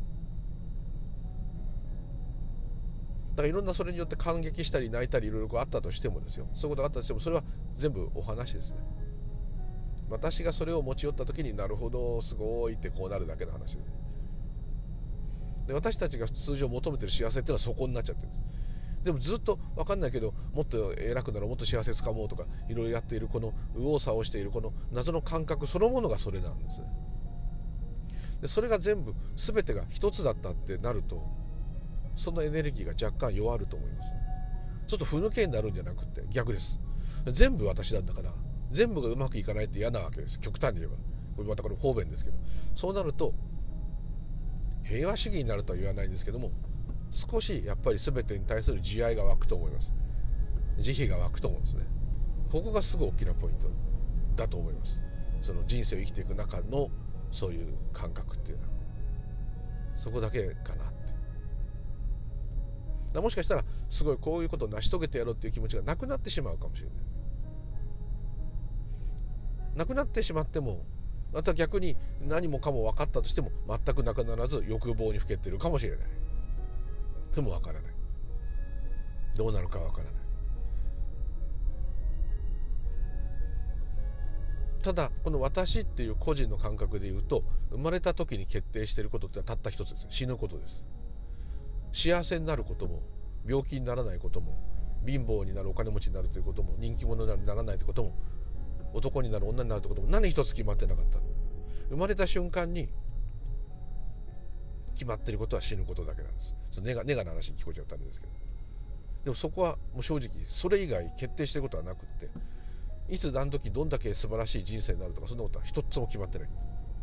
だからいろんなそれによって感激したり泣いたりいろいろあったとしてもですよ、そういうことがあったとしても、それは全部お話ですね。私がそれを持ち寄った時に、なるほどすごいってこうなるだけの話で、で私たちが通常求めてる幸せっていうのはそこになっちゃってるんです。でもずっと分かんないけど、もっと偉くなろう、もっと幸せつかもうとかいろいろやっているこの右往左往しているこの謎の感覚そのものがそれなんですね。でそれが全部全てが一つだったってなると、そのエネルギーが若干弱ると思います。ちょっとふぬけになるんじゃなくて逆です。全部私なんだから全部がうまくいかないって嫌なわけです。極端に言えば、これまたこれ方便ですけど、そうなると平和主義になるとは言わないんですけども、少しやっぱり全てに対する慈愛が湧くと思います。慈悲が湧くと思うんですね。ここがすごい大きなポイントだと思います。その人生を生きていく中のそういう感覚っていうのはそこだけかなって。だもしかしたらすごいこういうことを成し遂げてやろうっていう気持ちがなくなってしまうかもしれない。なくなってしまっても、また逆に何もかも分かったとしても全くなくならず欲望にふけてるかもしれない。でも分からない。どうなるか分からない。ただこの私っていう個人の感覚でいうと、生まれた時に決定していることってたった一つです。死ぬことです。幸せになることも、病気にならないことも、貧乏になる、お金持ちになるということも、人気者にならないということも、男になる、女になるということも何一つ決まってなかった。生まれた瞬間に決まっていることは死ぬことだけなんです。ネガ、ネガな話に聞こえちゃったんですけど、でもそこはもう正直それ以外決定していることはなくって、いつ何時どんだけ素晴らしい人生になるとかそんなことは一つも決まってない。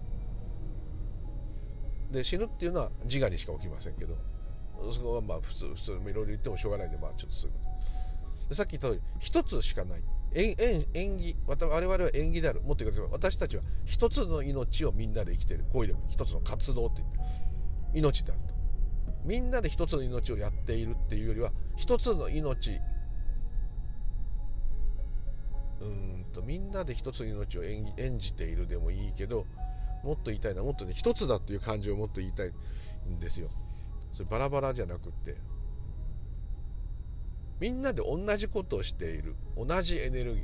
で死ぬっていうのは自我にしか起きませんけど、そこはまあ普通普通いろいろ言ってもしょうがないんで、まあちょっとそういうことで、さっき言った通り一つしかない縁縁起、我々は縁起である。もっと言うと私たちは一つの命をみんなで生きている。こういうでも一つの活動って命であると。みんなで一つの命をやっているっていうよりは、一つの命うーんとみんなで一つの命を演演じているでもいいけど、もっと言いたいのはもっとね、一つだっていう感じをもっと言いたいんですよ。それバラバラじゃなくって、みんなで同じことをしている、同じエネルギ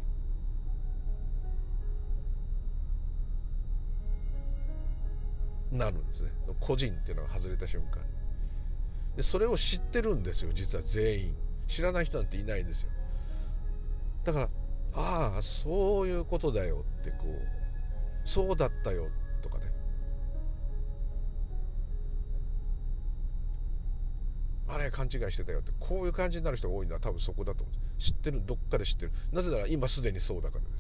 ーなるんですね。個人っていうのが外れた瞬間で、それを知ってるんですよ。実は全員知らない人なんていないんですよ。だからああそういうことだよって、こうそうだったよとかね、あれ勘違いしてたよって、こういう感じになる人が多いのは多分そこだと思う。知ってる、どっかで知ってる。なぜなら今すでにそうだからです。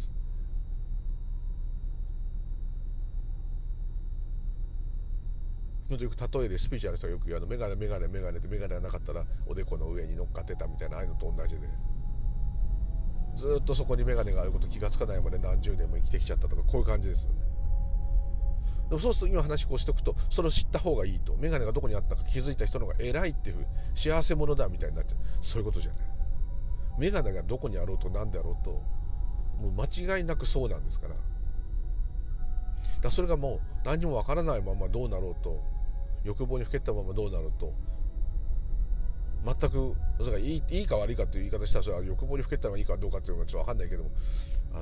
よく例えでスピーチやる人はよく言う、あのメガネメガネメガネってメガネがなかったらおでこの上に乗っかってたみたいな、ああいうのと同じで、ずっとそこにメガネがあること気がつかないまで何十年も生きてきちゃったとか、こういう感じですよね。でもそうすると今話こうしておくと、それを知った方がいいと、メガネがどこにあったか気づいた人の方が偉いっていうふうに、幸せ者だみたいになっちゃう。そういうことじゃない。メガネがどこにあろうと何であろうと、もう間違いなくそうなんですから。だからそれがもう何にもわからないままどうなろうと、欲望にふけったままどうなろうと、全くそれがいい、いいか悪いかという言い方したら、それは欲望にふけったのがいいかどうかっていうのはちょっと分かんないけども、あ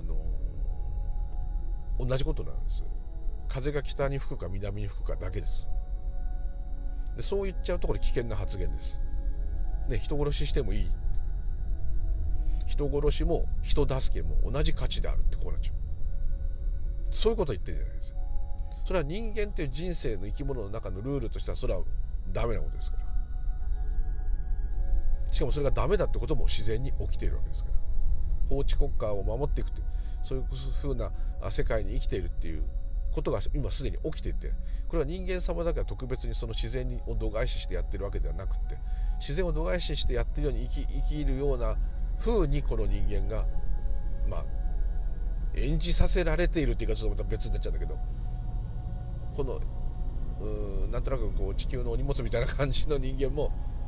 の同じことなんです。風が北に吹くか南に吹くかだけです。でそう言っちゃうとこれ危険な発言です。ね、人殺ししてもいい。人殺しも人助けも同じ価値であるってこうなっちゃう。そういうことを言ってるじゃないですか。それは人間っていう人生の生き物の中のルールとしてはそれはダメなことですから。しかもそれがダメだってことも自然に起きているわけですから。法治国家を守っていくって、そういうふうな世界に生きているっていうことが今すでに起きていて、これは人間様だけは特別にその自然を度外視してやってるわけではなくて、自然を度外視してやってるように生き、生きるような風にこの人間がまあ演じさせられているっていうかちょっとまた別になっちゃうんだけど、このうーんなんとなくこう地球のお荷物みたいな感じの人間も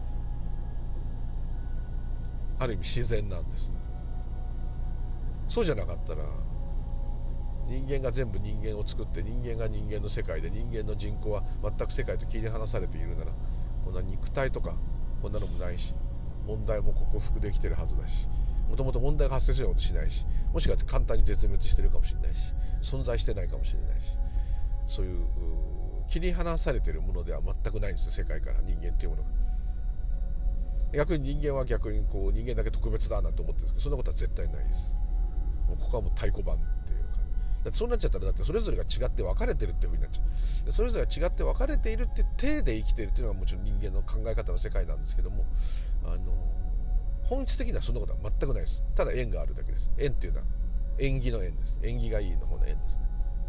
ある意味自然なんです。そうじゃなかったら人間が全部人間を作って、人間が人間の世界で、人間の人口は全く世界と切り離されているなら、こんな肉体とかこんなのもないし、問題も克服できてるはずだし、もともと問題が発生するようなことしないし、もしかして簡単に絶滅してるかもしれないし、存在してないかもしれないし、そういう切り離されているものでは全くないんですよ、世界から人間っていうものが。逆に人間は逆にこう人間だけ特別だなんて思ってるんですけど、そんなことは絶対ないです。もうここはもう太鼓判っていうか、だってそうなっちゃったら、だってそれぞれが違って分かれてるっていう風になっちゃう。それぞれが違って分かれているって体で生きているっていうのがもちろん人間の考え方の世界なんですけども、あの本質的にはそんなことは全くないです。ただ縁があるだけです。縁っていうのは縁起の縁です。縁起がいいの方の縁ですね。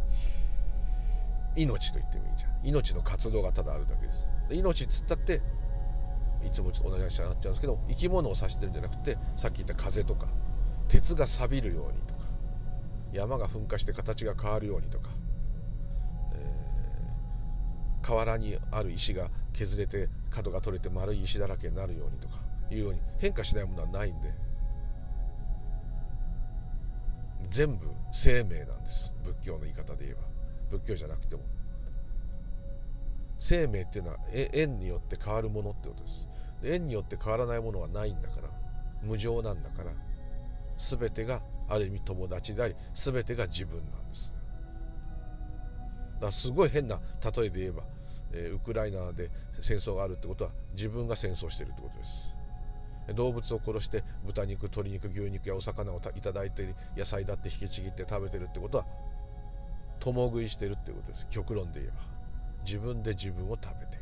命と言ってもいいじゃん。命の活動がただあるだけです。で命っつったっていつも同じ話になっちゃうんですけど、生き物を指してるんじゃなくて、さっき言った風とか鉄が錆びるようにとか、山が噴火して形が変わるようにとか、えー、河原にある石が削れて角が取れて丸い石だらけになるようにとかいうように変化しないものはないんで、全部生命なんです。仏教の言い方で言えば、仏教じゃなくても生命っていうのは縁によって変わるものってことです。縁によって変わらないものはないんだから、無常なんだから、全てがある意味友達であり、全てが自分なんです。だからすごい変な例えで言えば、えー、ウクライナで戦争があるってことは自分が戦争してるってことです。動物を殺して豚肉、鶏肉、牛肉やお魚をいただいて、野菜だって引きちぎって食べてるってことは共食いしてるってことです。極論で言えば自分で自分を食べている。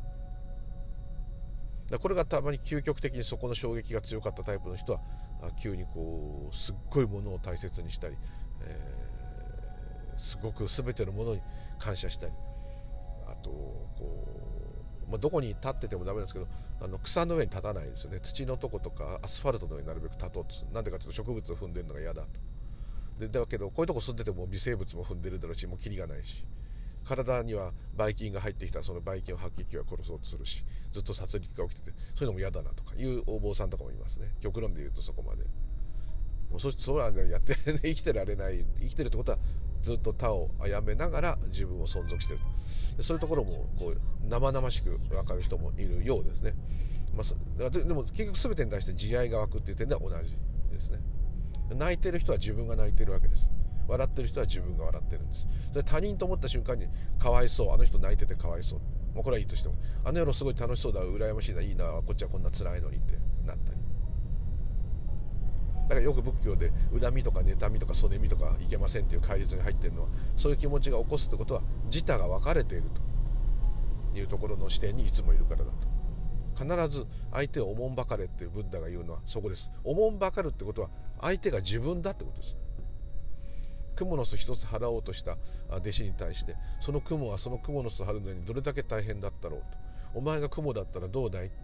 だこれがたまに究極的にそこの衝撃が強かったタイプの人は急にこうすっごいものを大切にしたり、えー、すごく全てのものに感謝したり、あとこう、まあ、どこに立っててもダメなんですけど、あの草の上に立たないですよね。土のとことかアスファルトの上になるべく立とうとする。なんでかというと植物を踏んでるのが嫌だと。でだけどこういうとこ住んでても微生物も踏んでるだろうし、もうキリがないし、体にはばい菌が入ってきたらそのばい菌を白血球は殺そうとするし、ずっと殺戮が起きててそういうのも嫌だなとかいうお坊さんとかもいますね。極論で言うとそこまでもう そ, それは、ね、やって生きてられない。生きてるってことはずっと他を殺めながら自分を存続していると。そういうところもこう生々しく分かる人もいるようですね。まあ、でも結局全てに対して慈愛が湧くっていう点では同じですね。泣いてる人は自分が泣いてるわけです。笑ってる人は自分が笑ってるんです。それ他人と思った瞬間にかわいそう、あの人泣いててかわいそう、もうこれはいいとしても、あの夜すごい楽しそうだ、羨ましいな、いいな、こっちはこんな辛いのにってなったり。だからよく仏教で恨みとか妬みとかそねみとかいけませんっていう戒律に入っているのは、そういう気持ちが起こすってことは自他が分かれているというところの視点にいつもいるからだと。必ず相手をおもんばかれってブッダが言うのはそこです。おもんばかるってことは相手が自分だってことです。クモの巣一つ払おうとした弟子に対して、そのクモはそのクモの巣を張るのにどれだけ大変だったろうと。お前がクモだったらどうだいって、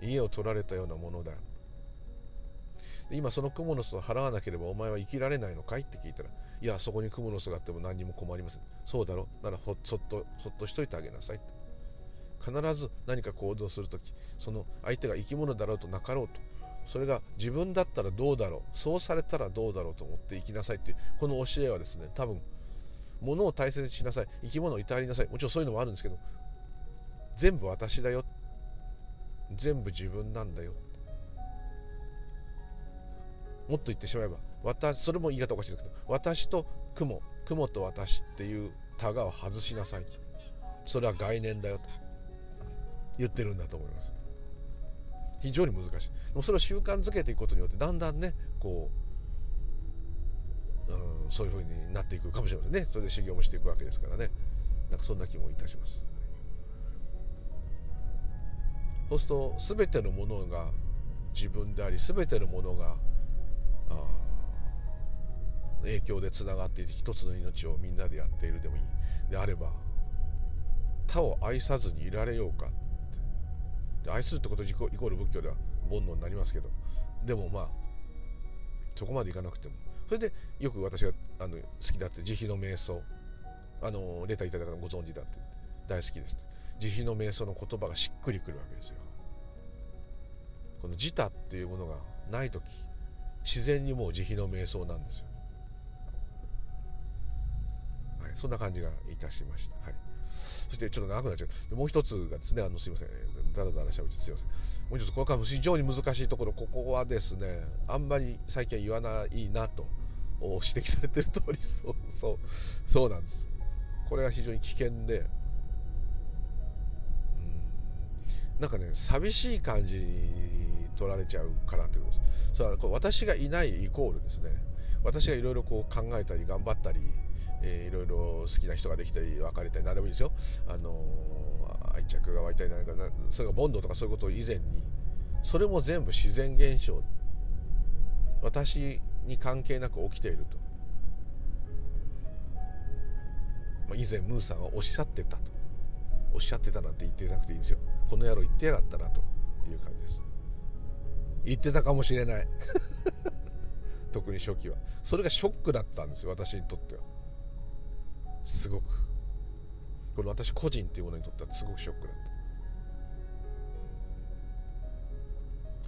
家を取られたようなものだ。今そのクモの巣を払わなければお前は生きられないのかいって聞いたら、いやそこにクモの巣があっても何にも困りません。そうだろならほそっとそっとしといてあげなさいって。必ず何か行動するとき、その相手が生き物だろうとなかろうと、それが自分だったらどうだろう、そうされたらどうだろうと思って生きなさいっていうこの教えはですね、多分物を大切にしなさい、生き物をいたわりなさい、もちろんそういうのもあるんですけど、全部私だよ、全部自分なんだよ、もっと言ってしまえば私、それも言い方おかしいですけど、私と雲、雲と私っていうタガを外しなさい、それは概念だよと言ってるんだと思います。非常に難しい。でもそれを習慣づけていくことによってだんだんねこう、うん、そういう風になっていくかもしれませんね。それで修行もしていくわけですからね。なんかそんな気もいたします。そうすると全てのものが自分であり、全てのものが影響でつながっていて一つの命をみんなでやっているでもいいであれば、他を愛さずにいられようかって、愛するってことイコール仏教では煩悩になりますけど、でもまあそこまでいかなくても、それでよく私があの好きだって慈悲の瞑想、あのレターいただいたのご存知だって大好きですって、慈悲の瞑想の言葉がしっくりくるわけですよ。この自他っていうものがないとき、自然にもう慈悲の瞑想なんですよ。はい、そんな感じがいたしました。はい。そしてちょっと長くなっちゃう。もう一つがですね、あのすいません、だらだらしゃべってすいません。もう一つ、これから非常に難しいところ、ここはですね、あんまり最近は言わないなと指摘されてる通り、そうそうそうなんです。これは非常に危険で、うん、なんかね、寂しい感じに取られちゃうかなということです。それはこう私がいないイコールですね、私がいろいろこう考えたり頑張ったり、えー、いろいろ好きな人ができたり別れたり何でもいいですよ、あのー、愛着が湧いたりなんかな、それがボンドとかそういうこと以前に、それも全部自然現象、私に関係なく起きていると、まあ、以前ムーさんはおっしゃってたと、おっしゃってたなんて言ってなくていいんですよ。この野郎言ってやがったなという感じです。言ってたかもしれない特に初期はそれがショックだったんですよ、私にとっては。すごくこの私個人っていうものにとってはすごくショックだった、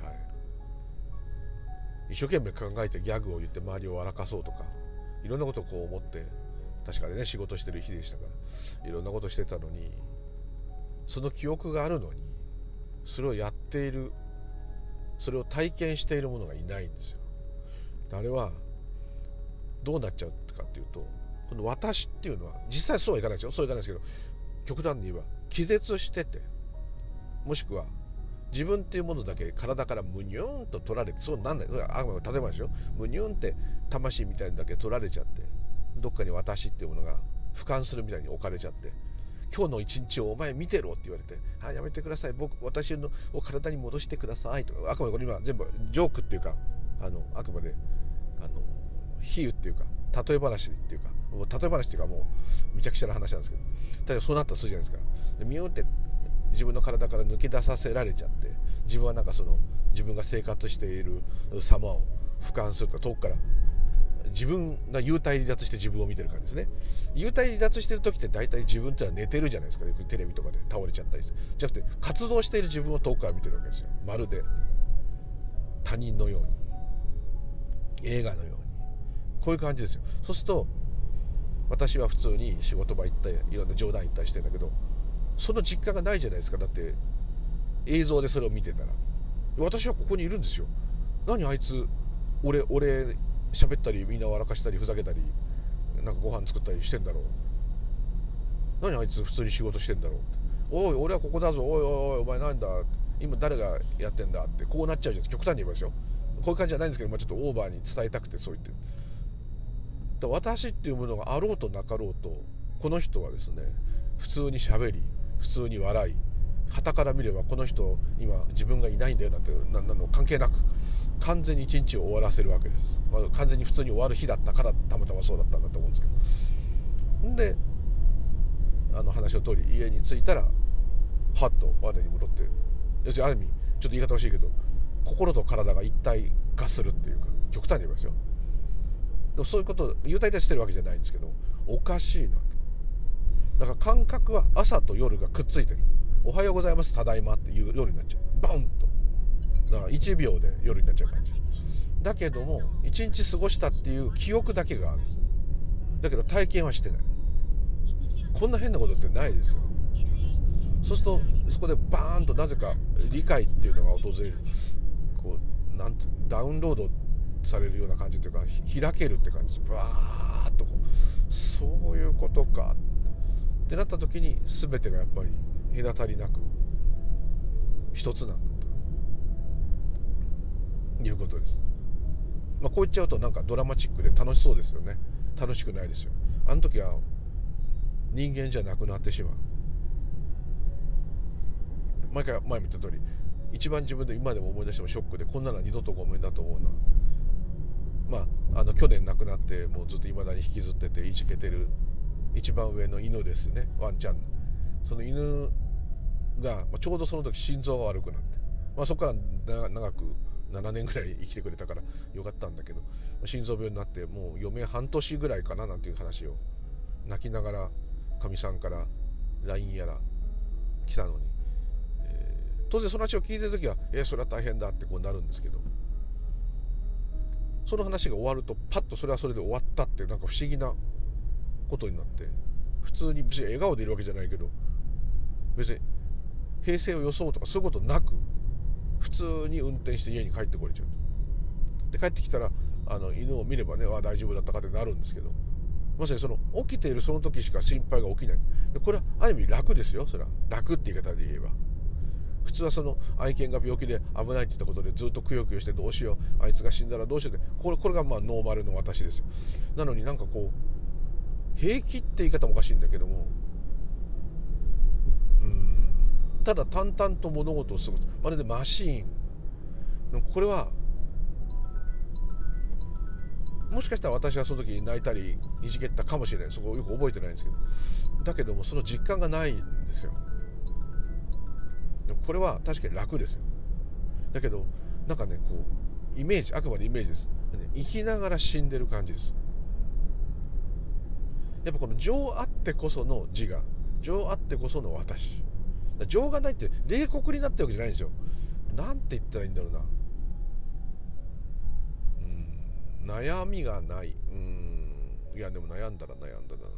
はい、一生懸命考えてギャグを言って周りを笑かそうとか、いろんなことをこう思って、確かにね仕事してる日でしたからいろんなことしてたのに、その記憶があるのにそれをやっている、それを体験しているものがいないんですよ。あれはどうなっちゃうかっていうと、この私っていうのは実際そうはいかないですよ、そうはいかないですけど、極端に言えば気絶してて、もしくは自分っていうものだけ体からムニューンと取られて、そうなんない、あくまで例えばですよ、ムニューンって魂みたいにだけ取られちゃって、どっかに私っていうものが俯瞰するみたいに置かれちゃって、今日の一日をお前見てろって言われて、あ、やめてください、僕私のを体に戻してくださいとか、あくまでこれ今全部ジョークっていうか、あのあくまであの比喩っていうか例え話っていうか、もう例え話っていうかもうめちゃくちゃな話なんですけど、ただそうなったらするじゃないですか。でミューって自分の体から抜け出させられちゃって、自分はなんかその自分が生活している様を俯瞰するとか、遠くから自分が幽体離脱して自分を見てる感じですね。幽体離脱してる時って大体自分ってのは寝てるじゃないですか、よくテレビとかで倒れちゃったりして、じゃなくて活動している自分を遠くから見てるわけですよ。まるで他人のように、映画のように、こういう感じですよ。そうすると私は普通に仕事場行ったりいろんな冗談言ったりしてるんだけど、その実感がないじゃないですか。だって映像でそれを見てたら、私はここにいるんですよ、何あいつ俺俺喋ったりみんな笑かしたりふざけたりなんかご飯作ったりしてんだろう、何あいつ普通に仕事してんだろうって、おい俺はここだぞ、おいおいおいお前なんだ今誰がやってんだって、こうなっちゃうじゃん、極端に言いますよ。こういう感じじゃないんですけど、まあ、ちょっとオーバーに伝えたくてそう言ってる。だ私っていうものがあろうとなかろうと、この人はですね普通に喋り普通に笑い、傍から見ればこの人今自分がいないんだよなんてななの関係なく完全に一日を終わらせるわけです、まあ、完全に普通に終わる日だったからたまたまそうだったんだと思うんですけど、んであの話の通り家に着いたらはっと我に戻って、要するにある意味ちょっと言い方欲しいけど心と体が一体化するっていうか、極端に言いますよ。でもそういうこと幽体化してるわけじゃないんですけど、おかしいなと。だから感覚は朝と夜がくっついてる。おはようございますただいまっていう夜になっちゃう、バンと。だからいちびょうで夜になっちゃう感じだけども、いちにち過ごしたっていう記憶だけがある。だけど体験はしてない。こんな変なことってないですよ。そうするとそこでバーンとなぜか理解っていうのが訪れる、こうなんてダウンロードされるような感じというか、開けるって感じです。バーッとこう、そういうことかってなった時に全てがやっぱり隔たりなく一つなんだということです。まあ、こう言っちゃうとなんかドラマチックで楽しそうですよね。楽しくないですよ。あの時は人間じゃなくなってしまう。毎回前も言った通り、一番自分で今でも思い出してもショックで、こんなのは二度とごめんだと思うのは、まああの去年亡くなってもうずっといまだに引きずってていじけてる一番上の犬ですね、ワンちゃん。その犬がちょうどその時心臓が悪くなって、まあ、そこから長くななねんぐらい生きてくれたからよかったんだけど、心臓病になってもう余命半年ぐらいかななんていう話を泣きながらかみさんから ライン やら来たのに、えー、当然その話を聞いてる時はえー、それは大変だってこうなるんですけど、その話が終わるとパッとそれはそれで終わったってなんか不思議なことになって、普通に別に笑顔でいるわけじゃないけど、別に平静を装うとかそういうことなく普通に運転して家に帰ってこれちゃう。で帰ってきたらあの犬を見ればね、あ大丈夫だったかってなるんですけど、まさにその起きているその時しか心配が起きない。でこれはある意味楽ですよ。それは楽って言い方で言えば、普通はその愛犬が病気で危ないって言ったことでずっとくよくよしてどうしよう、あいつが死んだらどうしようって、これこれがまあノーマルの私ですよ。なのになんかこう平気って言い方もおかしいんだけども、うーんただ淡々と物事を過ごす、まるでマシーン。これはもしかしたら私はその時に泣いたりいじけったかもしれない、そこをよく覚えてないんですけど、だけどもその実感がないんですよ。でもこれは確かに楽ですよ。だけどなんかねこうイメージ、あくまでイメージです、生きながら死んでる感じです。やっぱこの情あってこその自我、情あってこその私、情がないって冷酷になってるわけじゃないんですよ。なんて言ったらいいんだろうな、うん悩みがない、うんいやでも悩んだら悩んだな。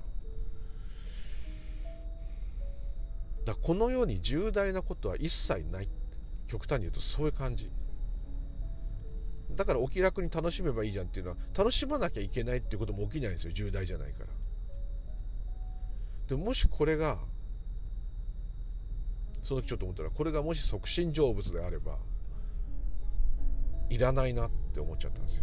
だからこのように重大なことは一切ない、極端に言うとそういう感じだから、お気楽に楽しめばいいじゃんっていうのは、楽しまなきゃいけないっていうことも起きないんですよ、重大じゃないから。でももしこれがその時ちょっと思ったら、これがもし即身成仏であればいらないなって思っちゃったんですよ。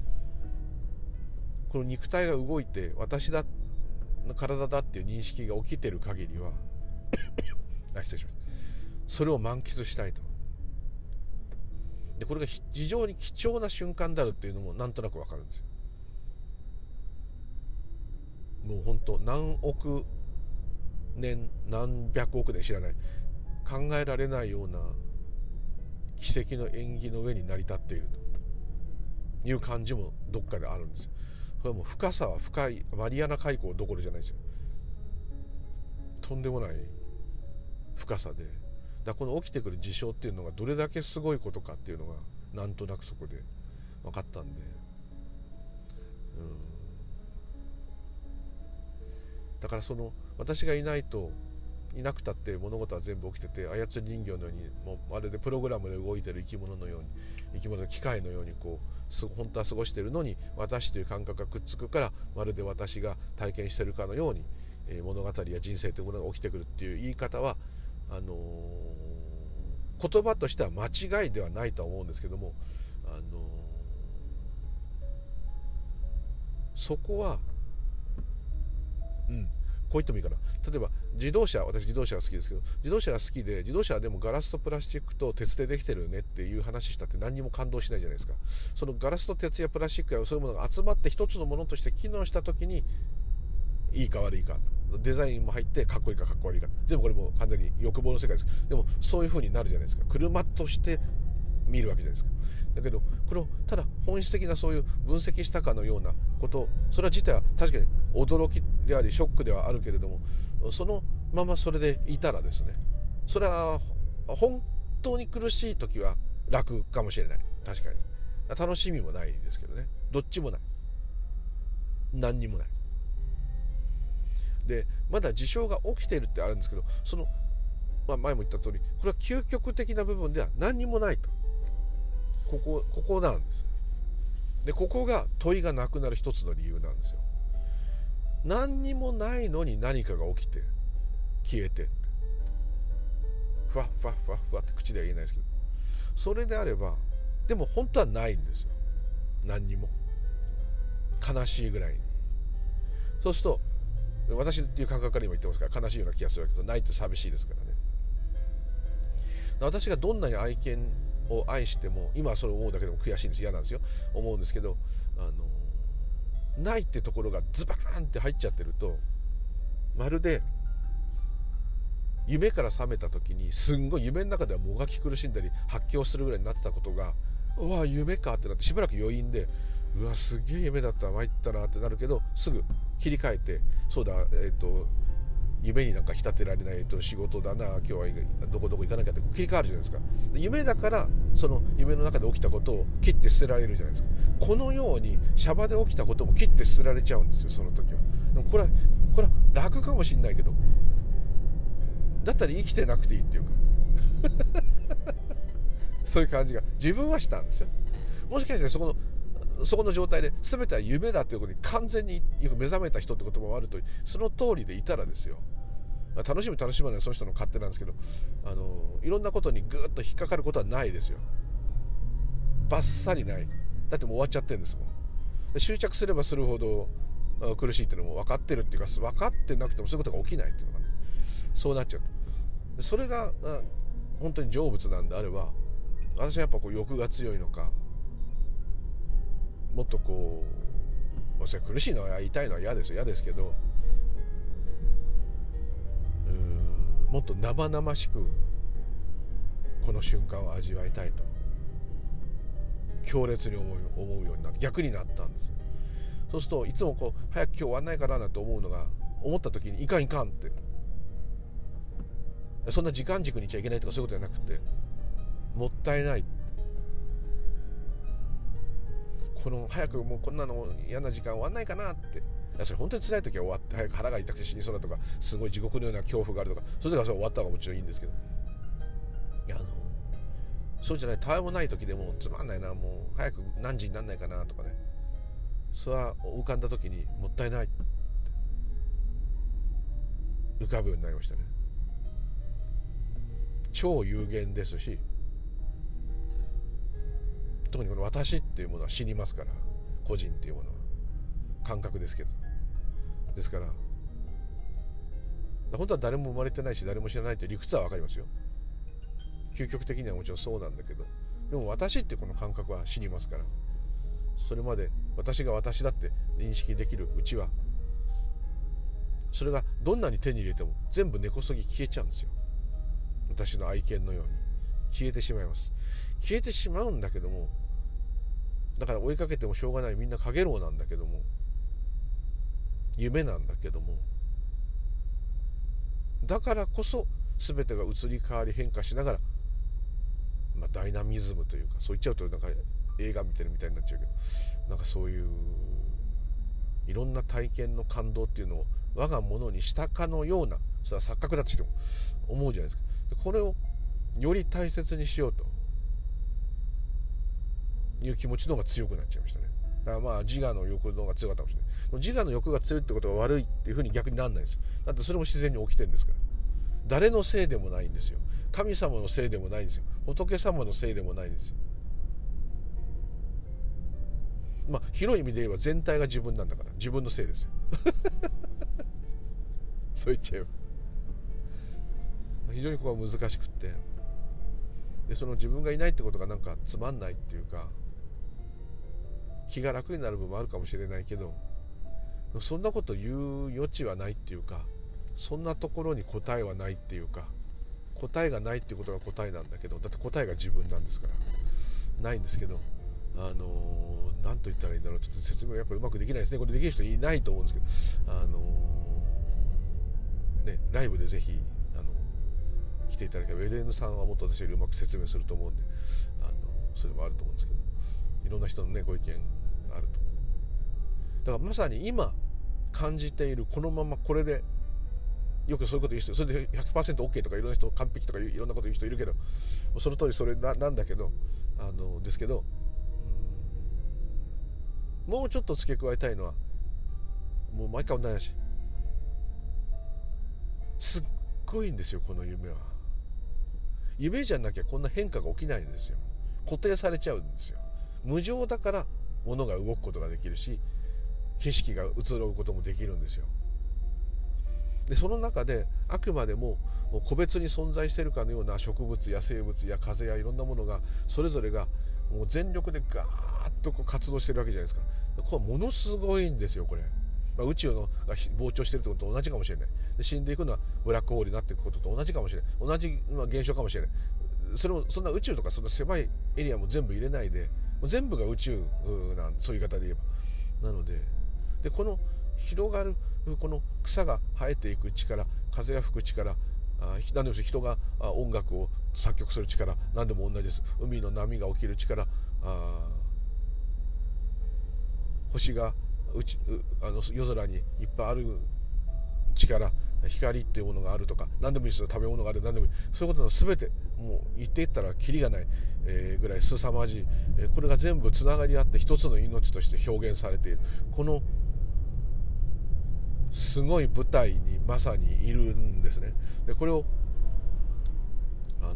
この肉体が動いて私だ体だっていう認識が起きてる限りはあ失礼しますそれを満喫したいと。でこれが非常に貴重な瞬間であるっていうのもなんとなくわかるんですよ。もう本当何億年何百億年知らない、考えられないような奇跡の縁起の上に成り立っているという感じもどっかであるんですよ。これはもう深さは深いマリアナ海溝どころじゃないですよ。とんでもない深さで、だからこの起きてくる事象っていうのがどれだけすごいことかっていうのがなんとなくそこで分かったんで、うんだからその私がいないといなくたって物事は全部起きてて、操り人形のようにもうまるでプログラムで動いてる生き物のように、生き物の機械のようにこう本当は過ごしてるのに私という感覚がくっつくから、まるで私が体験してるかのように、えー、物語や人生というものが起きてくるっていう言い方はあのー、言葉としては間違いではないとは思うんですけども、あのー、そこはうんこう言ってもいいかな。例えば自動車、私自動車が好きですけど、自動車が好きで、自動車はでもガラスとプラスチックと鉄でできてるよねっていう話したって何にも感動しないじゃないですか。そのガラスと鉄やプラスチックやそういうものが集まって一つのものとして機能した時にいいか悪いか、デザインも入ってかっこいいかかっこ悪いか、全部これも完全に欲望の世界です。でもそういう風になるじゃないですか。車として見るわけじゃないですか。だけどこれをただ本質的なそういう分析したかのようなこと、それは自体は確かに驚きでありショックではあるけれども、そのままそれでいたらですね、それは本当に苦しい時は楽かもしれない。確かに楽しみもないですけどね、どっちもない、何にもない。でまだ事象が起きているってあるんですけど、その、まあ、前も言った通りこれは究極的な部分では何にもないと、ここここなんです。でここが問いがなくなる一つの理由なんですよ。何にもないのに何かが起きて消えてふわっふわっふわっふわって口では言えないですけど、それであればでも本当はないんですよ。何にも悲しいぐらいに。そうすると私っていう感覚から今言ってますから悲しいような気がするわけど、ないと寂しいですからね。私がどんなに愛犬を愛しても、今はそれを思うだけでも悔しいんです、嫌なんですよ、思うんですけど、あのないってところがズバーンって入っちゃってると、まるで夢から覚めた時にすんごい夢の中ではもがき苦しんだり発狂するぐらいになってたことが、うわ夢かってなってしばらく余韻で、うわすげえ夢だった参ったなってなるけど、すぐ切り替えて、そうだ、えっと夢になんか浸ってられないと仕事だな、今日はどこどこ行かなきゃって切り替わるじゃないですか。夢だからその夢の中で起きたことを切って捨てられるじゃないですか。このようにシャバで起きたことも切って捨てられちゃうんですよ、その時は。でもこれはこれは楽かもしれないけど、だったら生きてなくていいっていうかそういう感じが自分はしたんですよ。もしかしてそこのそこの状態で全ては夢だということに完全に目覚めた人ってこともあると、その通りでいたらですよ、楽しむ楽しまないその人の勝手なんですけど、あのいろんなことにグーッと引っかかることはないですよ。バッサリない。だってもう終わっちゃってるんですもん。で執着すればするほど苦しいっていうのも分かってるっていうか、分かってなくてもそういうことが起きないっていうのが、ね、そうなっちゃう。それが本当に成仏なんであれば、私はやっぱこう欲が強いのか、もっとこう、それ苦しいのは痛いのは嫌ですよ、嫌ですけど、うーんもっと生々しくこの瞬間を味わいたいと強烈に思う、思うようになって、逆になったんです。そうするといつもこう早く今日終わんないかななんて思うのが、思った時にいかんいかんって、そんな時間軸にいちゃいけないとかそういうことじゃなくて、もったいない、この早くもうこんなの嫌な時間終わんないかなって、いやそれ本当に辛い時は終わって、早く腹が痛くて死にそうだとか、すごい地獄のような恐怖があるとか、それでからそれ終わった方がもちろんいいんですけど、いやあのそうじゃない、たわいもない時でもつまんないな、もう早く何時になんないかなとかね、それは浮かんだ時にもったいないって浮かぶようになりましたね。超有限ですし、特にこの私っていうものは死にますから、個人っていうものは感覚ですけど、ですから本当は誰も生まれてないし誰も知らないっていう理屈は分かりますよ。究極的にはもちろんそうなんだけど、でも私ってこの感覚は死にますから、それまで私が私だって認識できるうちは、それがどんなに手に入れても全部根こそぎ消えちゃうんですよ。私の愛犬のように消えてしまいます。消えてしまうんだけども、だから追いかけてもしょうがない、みんなかげろうなんだけども、夢なんだけども、だからこそ全てが移り変わり変化しながら、まあ、ダイナミズムというか、そう言っちゃうとなんか映画見てるみたいになっちゃうけど、なんかそういういろんな体験の感動っていうのを我が物にしたかのような、それは錯覚だとしても思うじゃないですか。でこれをより大切にしようという気持ちの方が強くなっちゃいましたね。だからまあ自我の欲の方が強かったかもしれない。自我の欲が強いってことが悪いっていうふうに逆になんないんです。だってそれも自然に起きてるんですから。誰のせいでもないんですよ。神様のせいでもないんですよ。仏様のせいでもないんですよ。まあ広い意味で言えば全体が自分なんだから、自分のせいですよそう言っちゃえば非常にここは難しくって、でその自分がいないってことがなんかつまんないっていうか、気が楽になる部分もあるかもしれないけど、そんなこと言う余地はないっていうか、そんなところに答えはないっていうか、答えがないっていうことが答えなんだけど、だって答えが自分なんですからないんですけど、あのー、なんと言ったらいいんだろう、ちょっと説明がやっぱうまくできないですね。これできる人いないと思うんですけど、あのー、ね、ライブでぜひあの来ていただければ、 エルエヌ さんはもっと私よりうまく説明すると思うんで、あのそれもあると思うんですけど、いろんな人のねご意見あると。だからまさに今感じているこのままこれで、よくそういうこと言う人、それで ひゃくパーセントオーケー とかいろんな人完璧とかいろんなこと言う人いるけど、その通りそれ な, なんだけどあのですけど、うん、もうちょっと付け加えたいのは、もう毎回同じ話、すっごいんですよこの夢は。夢じゃなきゃこんな変化が起きないんですよ。固定されちゃうんですよ。無常だから物が動くことができるし、景色が移ろうこともできるんですよ。でその中であくまでも個別に存在しているかのような植物や生物や風やいろんなものがそれぞれがもう全力でガーーっとこう活動してるわけじゃないですか。これものすごいんですよこれ、まあ、宇宙のが膨張してるってことと同じかもしれない。で死んでいくのはブラックホールになっていくことと同じかもしれない。同じ、まあ、現象かもしれない。それもそんな宇宙とかその狭いエリアも全部入れないで、もう全部が宇宙なん、そういう言い方で言えば。なので、でこの広がるこの草が生えていく力、風が吹く力、あ何でも人が音楽を作曲する力、何でも同じです。海の波が起きる力、あ星がうちあの夜空にいっぱいある力、光っていうものがあるとか、何でもいいですよ。食べ物がある、何でもいい、そういうことの全てもう言っていったらキリがない、えー、ぐらい凄まじい、えー、これが全部つながり合って一つの命として表現されている、このすごい舞台にまさにいるんですね。でこれをあの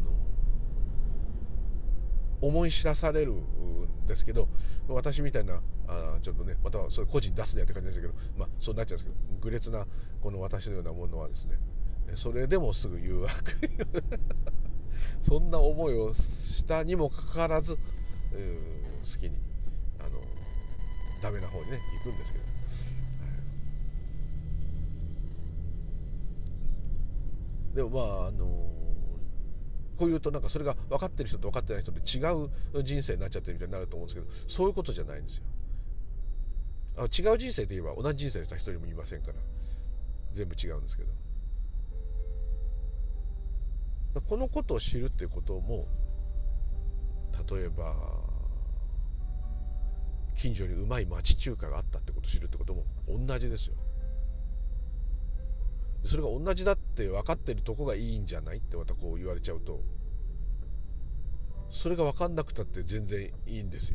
思い知らされるんですけど、私みたいなあちょっとね、またそれ個人出すねって感じですけど、まあそうなっちゃうんですけど、愚劣なこの私のようなものはですね、それでもすぐ誘惑そんな思いをしたにもかかわらず、好きにあのダメな方にね行くんですけど、でもまああのこういうとなんかそれが分かってる人と分かってない人で違う人生になっちゃってるみたいになると思うんですけど、そういうことじゃないんですよ。あ違う人生といえば同じ人生の人は一人もいませんから、全部違うんですけど、このことを知るっていうことも、例えば近所にうまい町中華があったってことを知るってことも同じですよ。それが同じだって分かってるとこがいいんじゃないってまたこう言われちゃうと、それが分かんなくたって全然いいんですよ。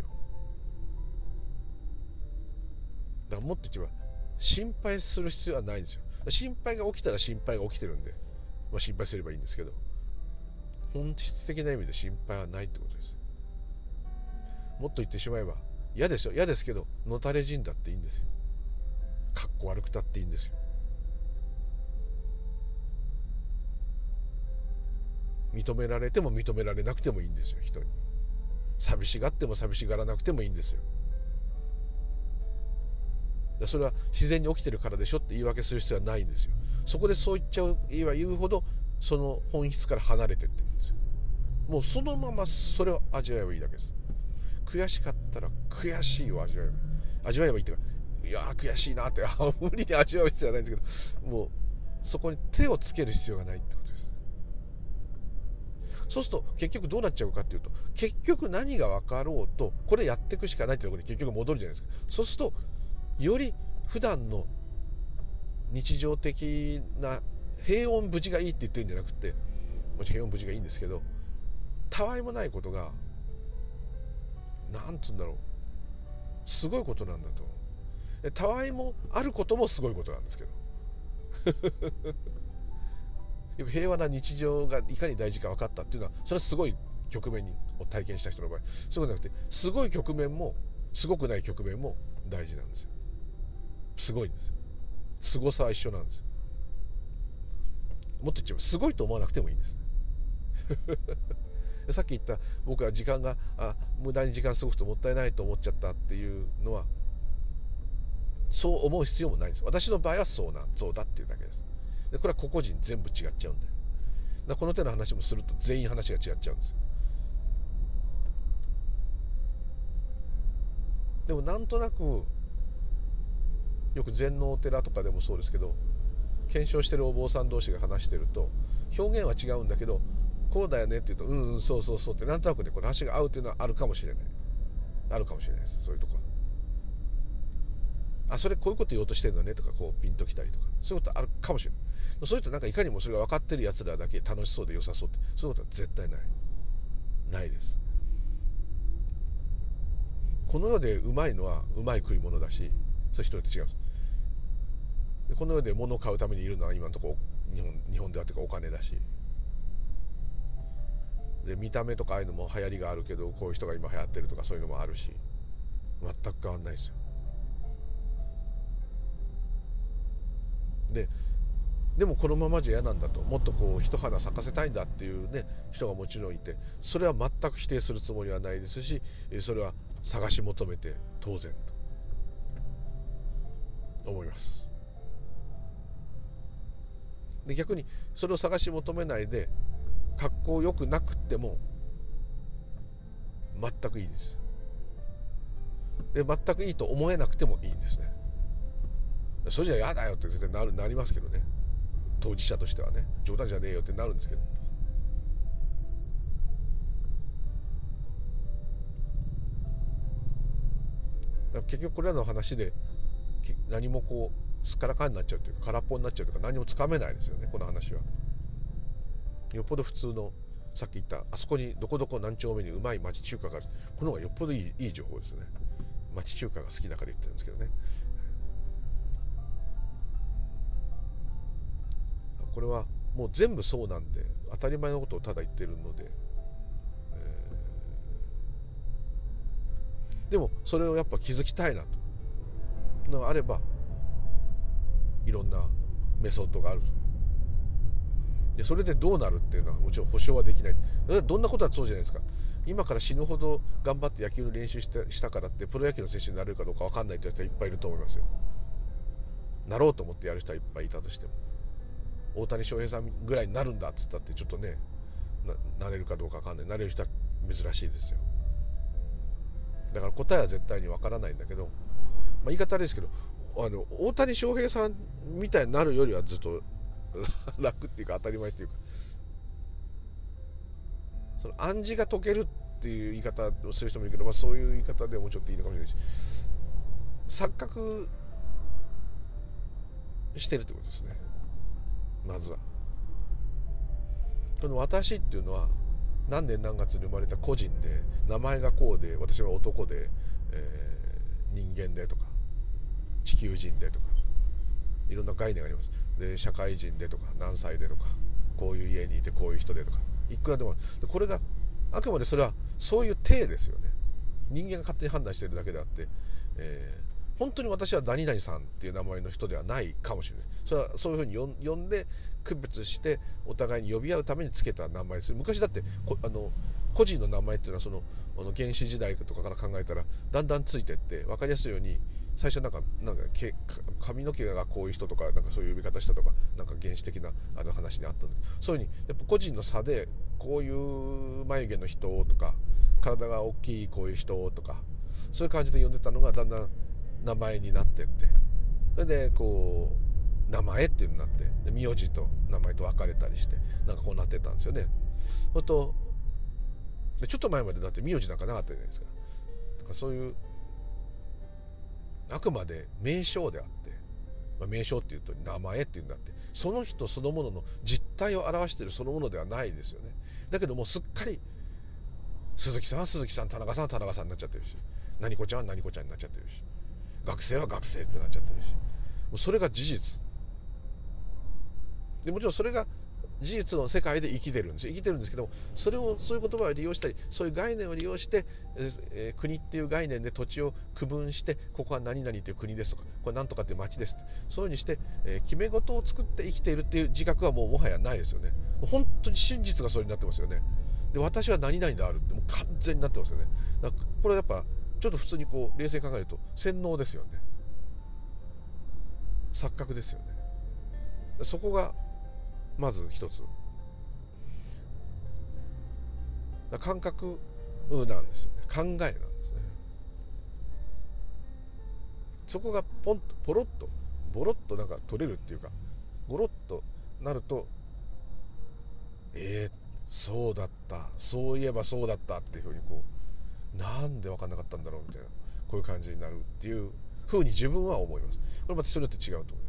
だからもっと言えば心配する必要はないんですよ。心配が起きたら心配が起きてるんで、まあ、心配すればいいんですけど、本質的な意味で心配はないってことです。もっと言ってしまえば嫌ですよ、嫌ですけどのたれ死んだっていいんですよ。かっこ悪くたっていいんですよ。認められても認められなくてもいいんですよ。人に寂しがっても寂しがらなくてもいいんですよ。それは自然に起きてるからでしょって言い訳する必要はないんですよ。そこでそう言っちゃう言えば言うほどその本質から離れてってるんですよ。もうそのままそれを味わえばいいだけです。悔しかったら悔しいを味わえば味わえばいいっていうか、いやー悔しいなって無理に味わう必要はないんですけど、もうそこに手をつける必要がないってことです。そうすると結局どうなっちゃうかっていうと、結局何が分かろうとこれやっていくしかないってところに結局戻るじゃないですか。そうするとより普段の日常的な平穏無事がいいって言ってるんじゃなくて、もちろん平穏無事がいいんですけど、たわいもないことがなんつうんだろう、すごいことなんだと。たわいもあることもすごいことなんですけどよく平和な日常がいかに大事か分かったっていうのは、それはすごい局面を体験した人の場合、そうじゃなくてすごい局面もすごくない局面も大事なんですよ。すごいんですよ。すごさは一緒なんですよ。もっと言っちゃえばすごいと思わなくてもいいんですさっき言った僕は時間があ無駄に時間過ごすともったいないと思っちゃったっていうのは、そう思う必要もないんです。私の場合はそうなそうだっていうだけです。でこれは個々人全部違っちゃうんで、だこの手の話もすると全員話が違っちゃうんですよ。でもなんとなくよく禅のお寺とかでもそうですけど、検証してるお坊さん同士が話してると表現は違うんだけど、こうだよねって言うとうんうんそうそうそうってなんとなくねこの話が合うっていうのはあるかもしれないあるかもしれないです。そういうとこはあそれこういうこと言おうとしてるのねとかこうピンときたりとかそういうことあるかもしれない。そういうとなんかいかにもそれが分かってるやつらだけ楽しそうで良さそうってそういうことは絶対ないないです。この世でうまいのはうまい食い物だし、そういう人によって違うんです。でこの世で物を買うためにいるのは今のところ日本、日本ではっていうかお金だし、で見た目とかああいうのも流行りがあるけどこういう人が今流行ってるとかそういうのもあるし、全く変わんないですよ。ででもこのままじゃ嫌なんだと、もっとこう一花咲かせたいんだっていうね人がもちろんいて、それは全く否定するつもりはないですし、それは探し求めて当然と思います。で逆にそれを探し求めないで格好良くなくっても全くいいです。で全くいいと思えなくてもいいんですね。それじゃ嫌だよって絶対なるなりますけどね、当事者としてはね、冗談じゃねえよってなるんですけど、だから結局これらの話で何もこうすっからかんになっちゃうというか空っぽになっちゃうというか何もつかめないですよね、この話は。よっぽど普通のさっき言ったあそこにどこどこ何丁目にうまい町中華がある、この方がよっぽどいい、いい情報ですね。町中華が好きだから言ってるんですけどね。これはもう全部そうなんで当たり前のことをただ言ってるので、えー、でもそれをやっぱ気づきたいなとのがあればいろんなメソッドがあると。でそれでどうなるっていうのはもちろん保証はできない。どんなことはそうじゃないですか。今から死ぬほど頑張って野球の練習したしたからってプロ野球の選手になれるかどうか分かんないという人はいっぱいいると思いますよ。なろうと思ってやる人はいっぱいいたとしても、大谷翔平さんぐらいになるんだっつったってちょっとね な, なれるかどうか分かんない。なれる人は珍しいですよ。だから答えは絶対に分からないんだけど、まあ、言い方ですけどあの大谷翔平さんみたいになるよりはずっと楽っていうか当たり前っていうか、その暗示が解けるっていう言い方をする人もいるけど、まあ、そういう言い方でもちょっといいのかもしれないし、錯覚してるってことですね。まずはこの私っていうのは何年何月に生まれた個人で、名前がこうで、私は男で、えー、人間でとか地球人でとかいろんな概念があります。で社会人でとか何歳でとかこういう家にいてこういう人でとかいくらでもある。でこれがあくまでそれはそういう体ですよね。人間が勝手に判断しているだけであって、えー、本当に私は何々さんっていう名前の人ではないかもしれない。それはそういうふうに呼んで区別してお互いに呼び合うためにつけた名前です。昔だってこあの個人の名前っていうのはそのあの原始時代とかから考えたらだんだんついてって分かりやすいように、最初なんかなんかけ髪の毛がこういう人とかなんかそういう呼び方したとかなんか原始的なあの話にあったんで、そういうふうにやっぱ個人の差でこういう眉毛の人とか体が大きいこういう人とかそういう感じで呼んでたのがだんだん名前になってって、それでこう名前っていうのになってで名字と名前と分かれたりしてなんかこうなってたんですよね。ほんとでちょっと前までだって名字なんかなかったじゃないですか。だからそういうあくまで名称であって、まあ、名称っていうと名前っていうんだって、その人そのものの実態を表しているそのものではないですよね。だけどもうすっかり鈴木さんは鈴木さん、田中さんは田中さんになっちゃってるし、何子ちゃんは何子ちゃんになっちゃってるし、学生は学生ってなっちゃってるし、もうそれが事実で、もちろんそれが事実の世界で生きてるんですよ。生きてるんですけども、それをそういう言葉を利用したりそういう概念を利用して、えー、国っていう概念で土地を区分して、ここは何々という国ですとか、これ何とかっていう町ですって、そういうふうにして、えー、決め事を作って生きているっていう自覚はもうもはやないですよね。本当に真実がそれになってますよね。で私は何々であるってもう完全になってますよね。だからこれやっぱちょっと普通にこう冷静に考えると洗脳ですよね。錯覚ですよね。そこがまず一つ感覚なんですよね。考えなんですね。そこがポンとポロッとボロッとなんか取れるっていうか、ゴロッとなると、えー、そうだった、そういえばそうだったっていうふうにこう、なんで分かんなかったんだろうみたいな、こういう感じになるっていうふうに自分は思います。これまた人によって違うと思います。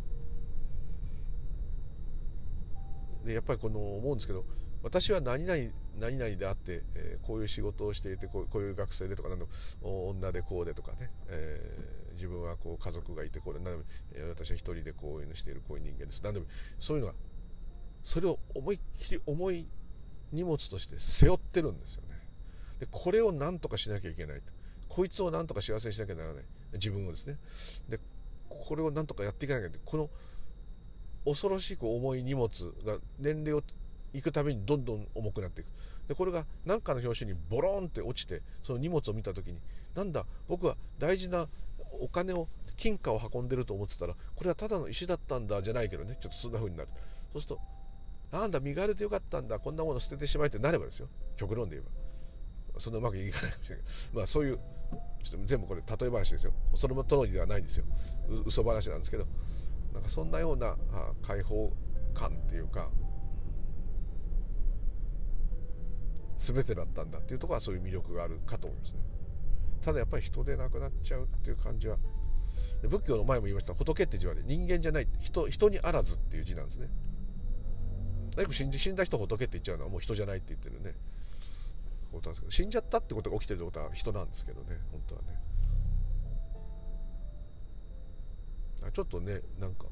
でやっぱりこの思うんですけど、私は何々何々であって、えー、こういう仕事をしていて、こう、こういう学生でとか、何でも女でこうでとかね、えー、自分はこう家族がいてこうで、何でも、えー、私は一人でこういうのしているこういう人間です、何でもそういうのはそれを思いっきり重い荷物として背負ってるんですよね。でこれを何とかしなきゃいけないと、こいつを何とか幸せにしなきゃならない、自分をですね。でこれを何とかやっていかなきゃいけない、この恐ろしく重い荷物が年齢を行くたびにどんどん重くなっていく。でこれが何かの拍子にボロンって落ちて、その荷物を見た時に、なんだ僕は大事なお金を金貨を運んでると思ってたら、これはただの石だったんだじゃないけどね、ちょっとそんな風になる。そうすると、なんだ身軽でよかったんだ、こんなもの捨ててしまえってなればですよ、極論で言えばそんなうまくいかないかもしれないけど、まあそういうちょっと全部これ例え話ですよ、その通りではないんですよ、う嘘話なんですけど、なんかそんなようなあ解放感っていうか、全てだったんだっていうところはそういう魅力があるかと思いますね。ただやっぱり人でなくなっちゃうっていう感じは、仏教の前も言いました、仏って字はね、人間じゃない、人人にあらずっていう字なんですね。よく死ん死んだ人仏って言っちゃうのはもう人じゃないって言ってるねことなんですけど、死んじゃったってことが起きてるってことは人なんですけどね、本当はね。ちょっとね、なんか、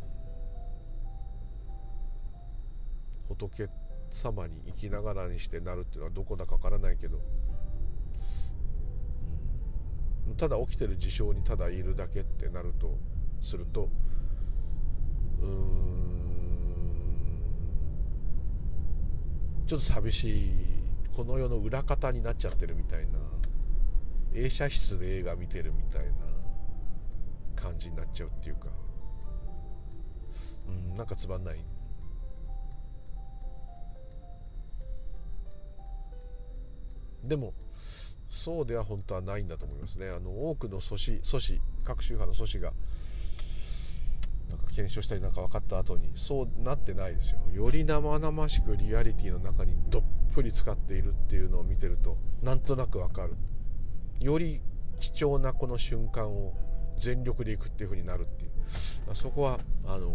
うん、仏様に生きながらにしてなるっていうのはどこだかわからないけど、うん、ただ起きてる事象にただいるだけってなるとすると、うーんちょっと寂しい、この世の裏方になっちゃってるみたいな、映写室で映画見てるみたいな感じになっちゃうっていうか、うん、なんかつまんない。でもそうでは本当はないんだと思いますね。あの多くの祖師祖師各宗派の祖師がなんか検証したりなんか分かった後にそうなってないですよ。より生々しくリアリティの中にどっぷり使っているっていうのを見てるとなんとなく分かる。より貴重なこの瞬間を全力でいくっていう風になるっていう、そこはあの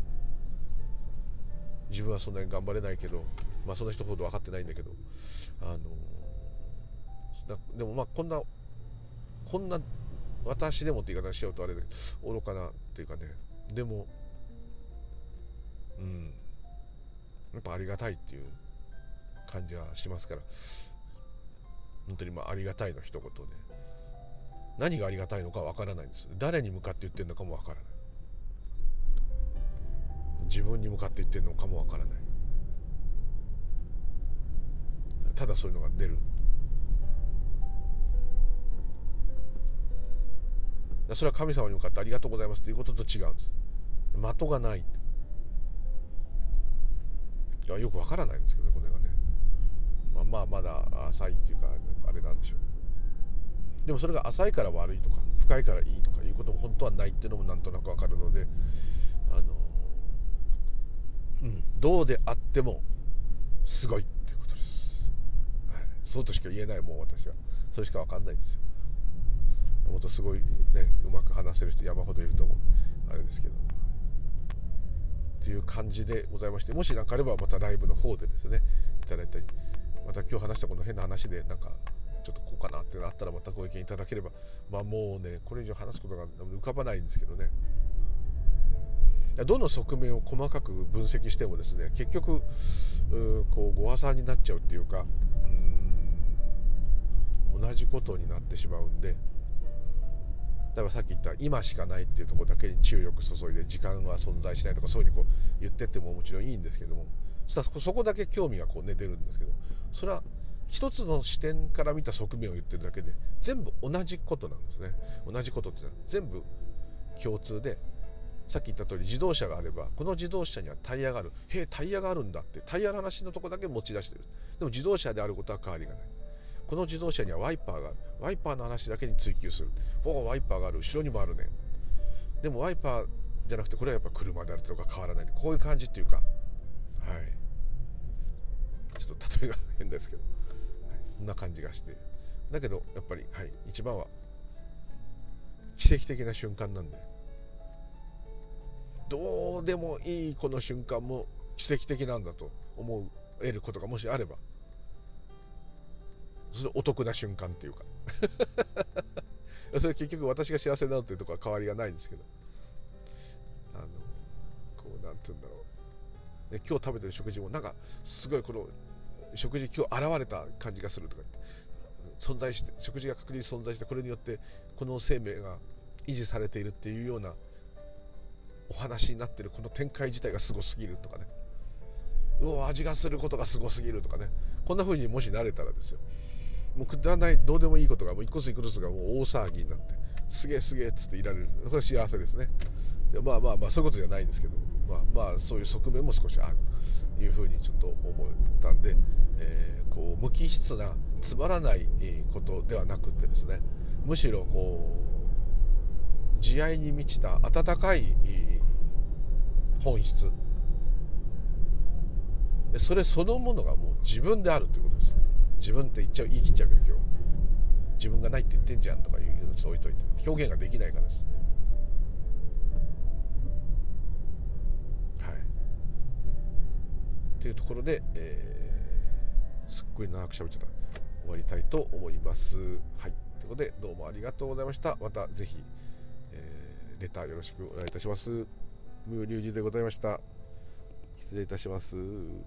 自分はそんなに頑張れないけど、まあその人ほど分かってないんだけど、あのでもまあこんなこんな私でもって言い方しちゃうとあれだけど愚かなっていうかね、でもうんやっぱありがたいっていう感じはしますから、本当にまあありがたいの一言で、何がありがたいのかわからないんです。誰に向かって言ってるのかもわからない、自分に向かって言ってるのかもわからない、ただそういうのが出る。それは神様に向かってありがとうございますということと違うんです。的がない。いやよくわからないんですけどね、これがね、まあ、まあまだ浅いっていうかあれなんでしょうけど、でもそれが浅いから悪いとか深いからいいとかいうことも本当はないっていうのもなんとなくわかるので、あの、うん、どうであってもすごいっていうことです、はい、そうとしか言えない。もう私はそれしかわかんないんですよ。もっとすごいねうまく話せる人山ほどいると思うあれですけどっていう感じでございまして、もし何かあればまたライブの方でですねいただいたり、また今日話したこの変な話でなんかちょっとこうかなっていうのがあったらまたご意見いただければ、まあもうねこれ以上話すことが浮かばないんですけどね、どの側面を細かく分析してもですね結局こうご破算になっちゃうっていうか、うーん同じことになってしまうんで、例えばさっき言った今しかないっていうところだけに注力注いで時間は存在しないとかそういうふうにこう言ってってももちろんいいんですけども、そこだけ興味がこう、ね、出るんですけど、それは一つの視点から見た側面を言ってるだけで全部同じことなんですね。同じことっていうのは全部共通で、さっき言った通り自動車があればこの自動車にはタイヤがある、へえタイヤがあるんだってタイヤの話のところだけ持ち出してる。でも自動車であることは変わりがない。この自動車にはワイパーがある、ワイパーの話だけに追求する。おおワイパーがある、後ろにもあるね。でもワイパーじゃなくてこれはやっぱ車であるとか変わらない、こういう感じっていうか、はい、ちょっと例えが変ですけど、はい、こんな感じがして、だけどやっぱり、はい、一番は奇跡的な瞬間なんで、どうでもいいこの瞬間も奇跡的なんだと思う得ることがもしあれば、それお得な瞬間っていうかそれ結局私が幸せになるっていうところは変わりがないんですけど、あのこうなんて言うんだろう、ね、今日食べてる食事もなんかすごいこの食事今日現れた感じがするとかって、存在して食事が確実に存在して、これによってこの生命が維持されているっていうようなお話になっているこの展開自体がすごすぎるとかね、 うわ味がすることがすごすぎるとかね、こんな風にもしなれたらですよ、もうくだらないどうでもいいことがもう一個ずつ一個ずつがもう大騒ぎになって、すげえすげえっつっていられる、これは幸せですね。でまあまあまあそういうことじゃないんですけど、まあまあそういう側面も少しあるというふうにちょっと思ったんで、えー、こう無機質なつまらないことではなくてですね、むしろこう慈愛に満ちた温かい本質、それそのものがもう自分であるということです。自分って言っちゃう言い切っちゃうけど、今日自分がないって言ってんじゃんとかいうのちょっと置いといて、表現ができないからです。はいっていうところで、えー、すっごい長く喋っちゃった。終わりたいと思います。はいということで、どうもありがとうございました。またぜひ、えー、レターよろしくお願いいたします。ムーリュウジでございました。失礼いたします。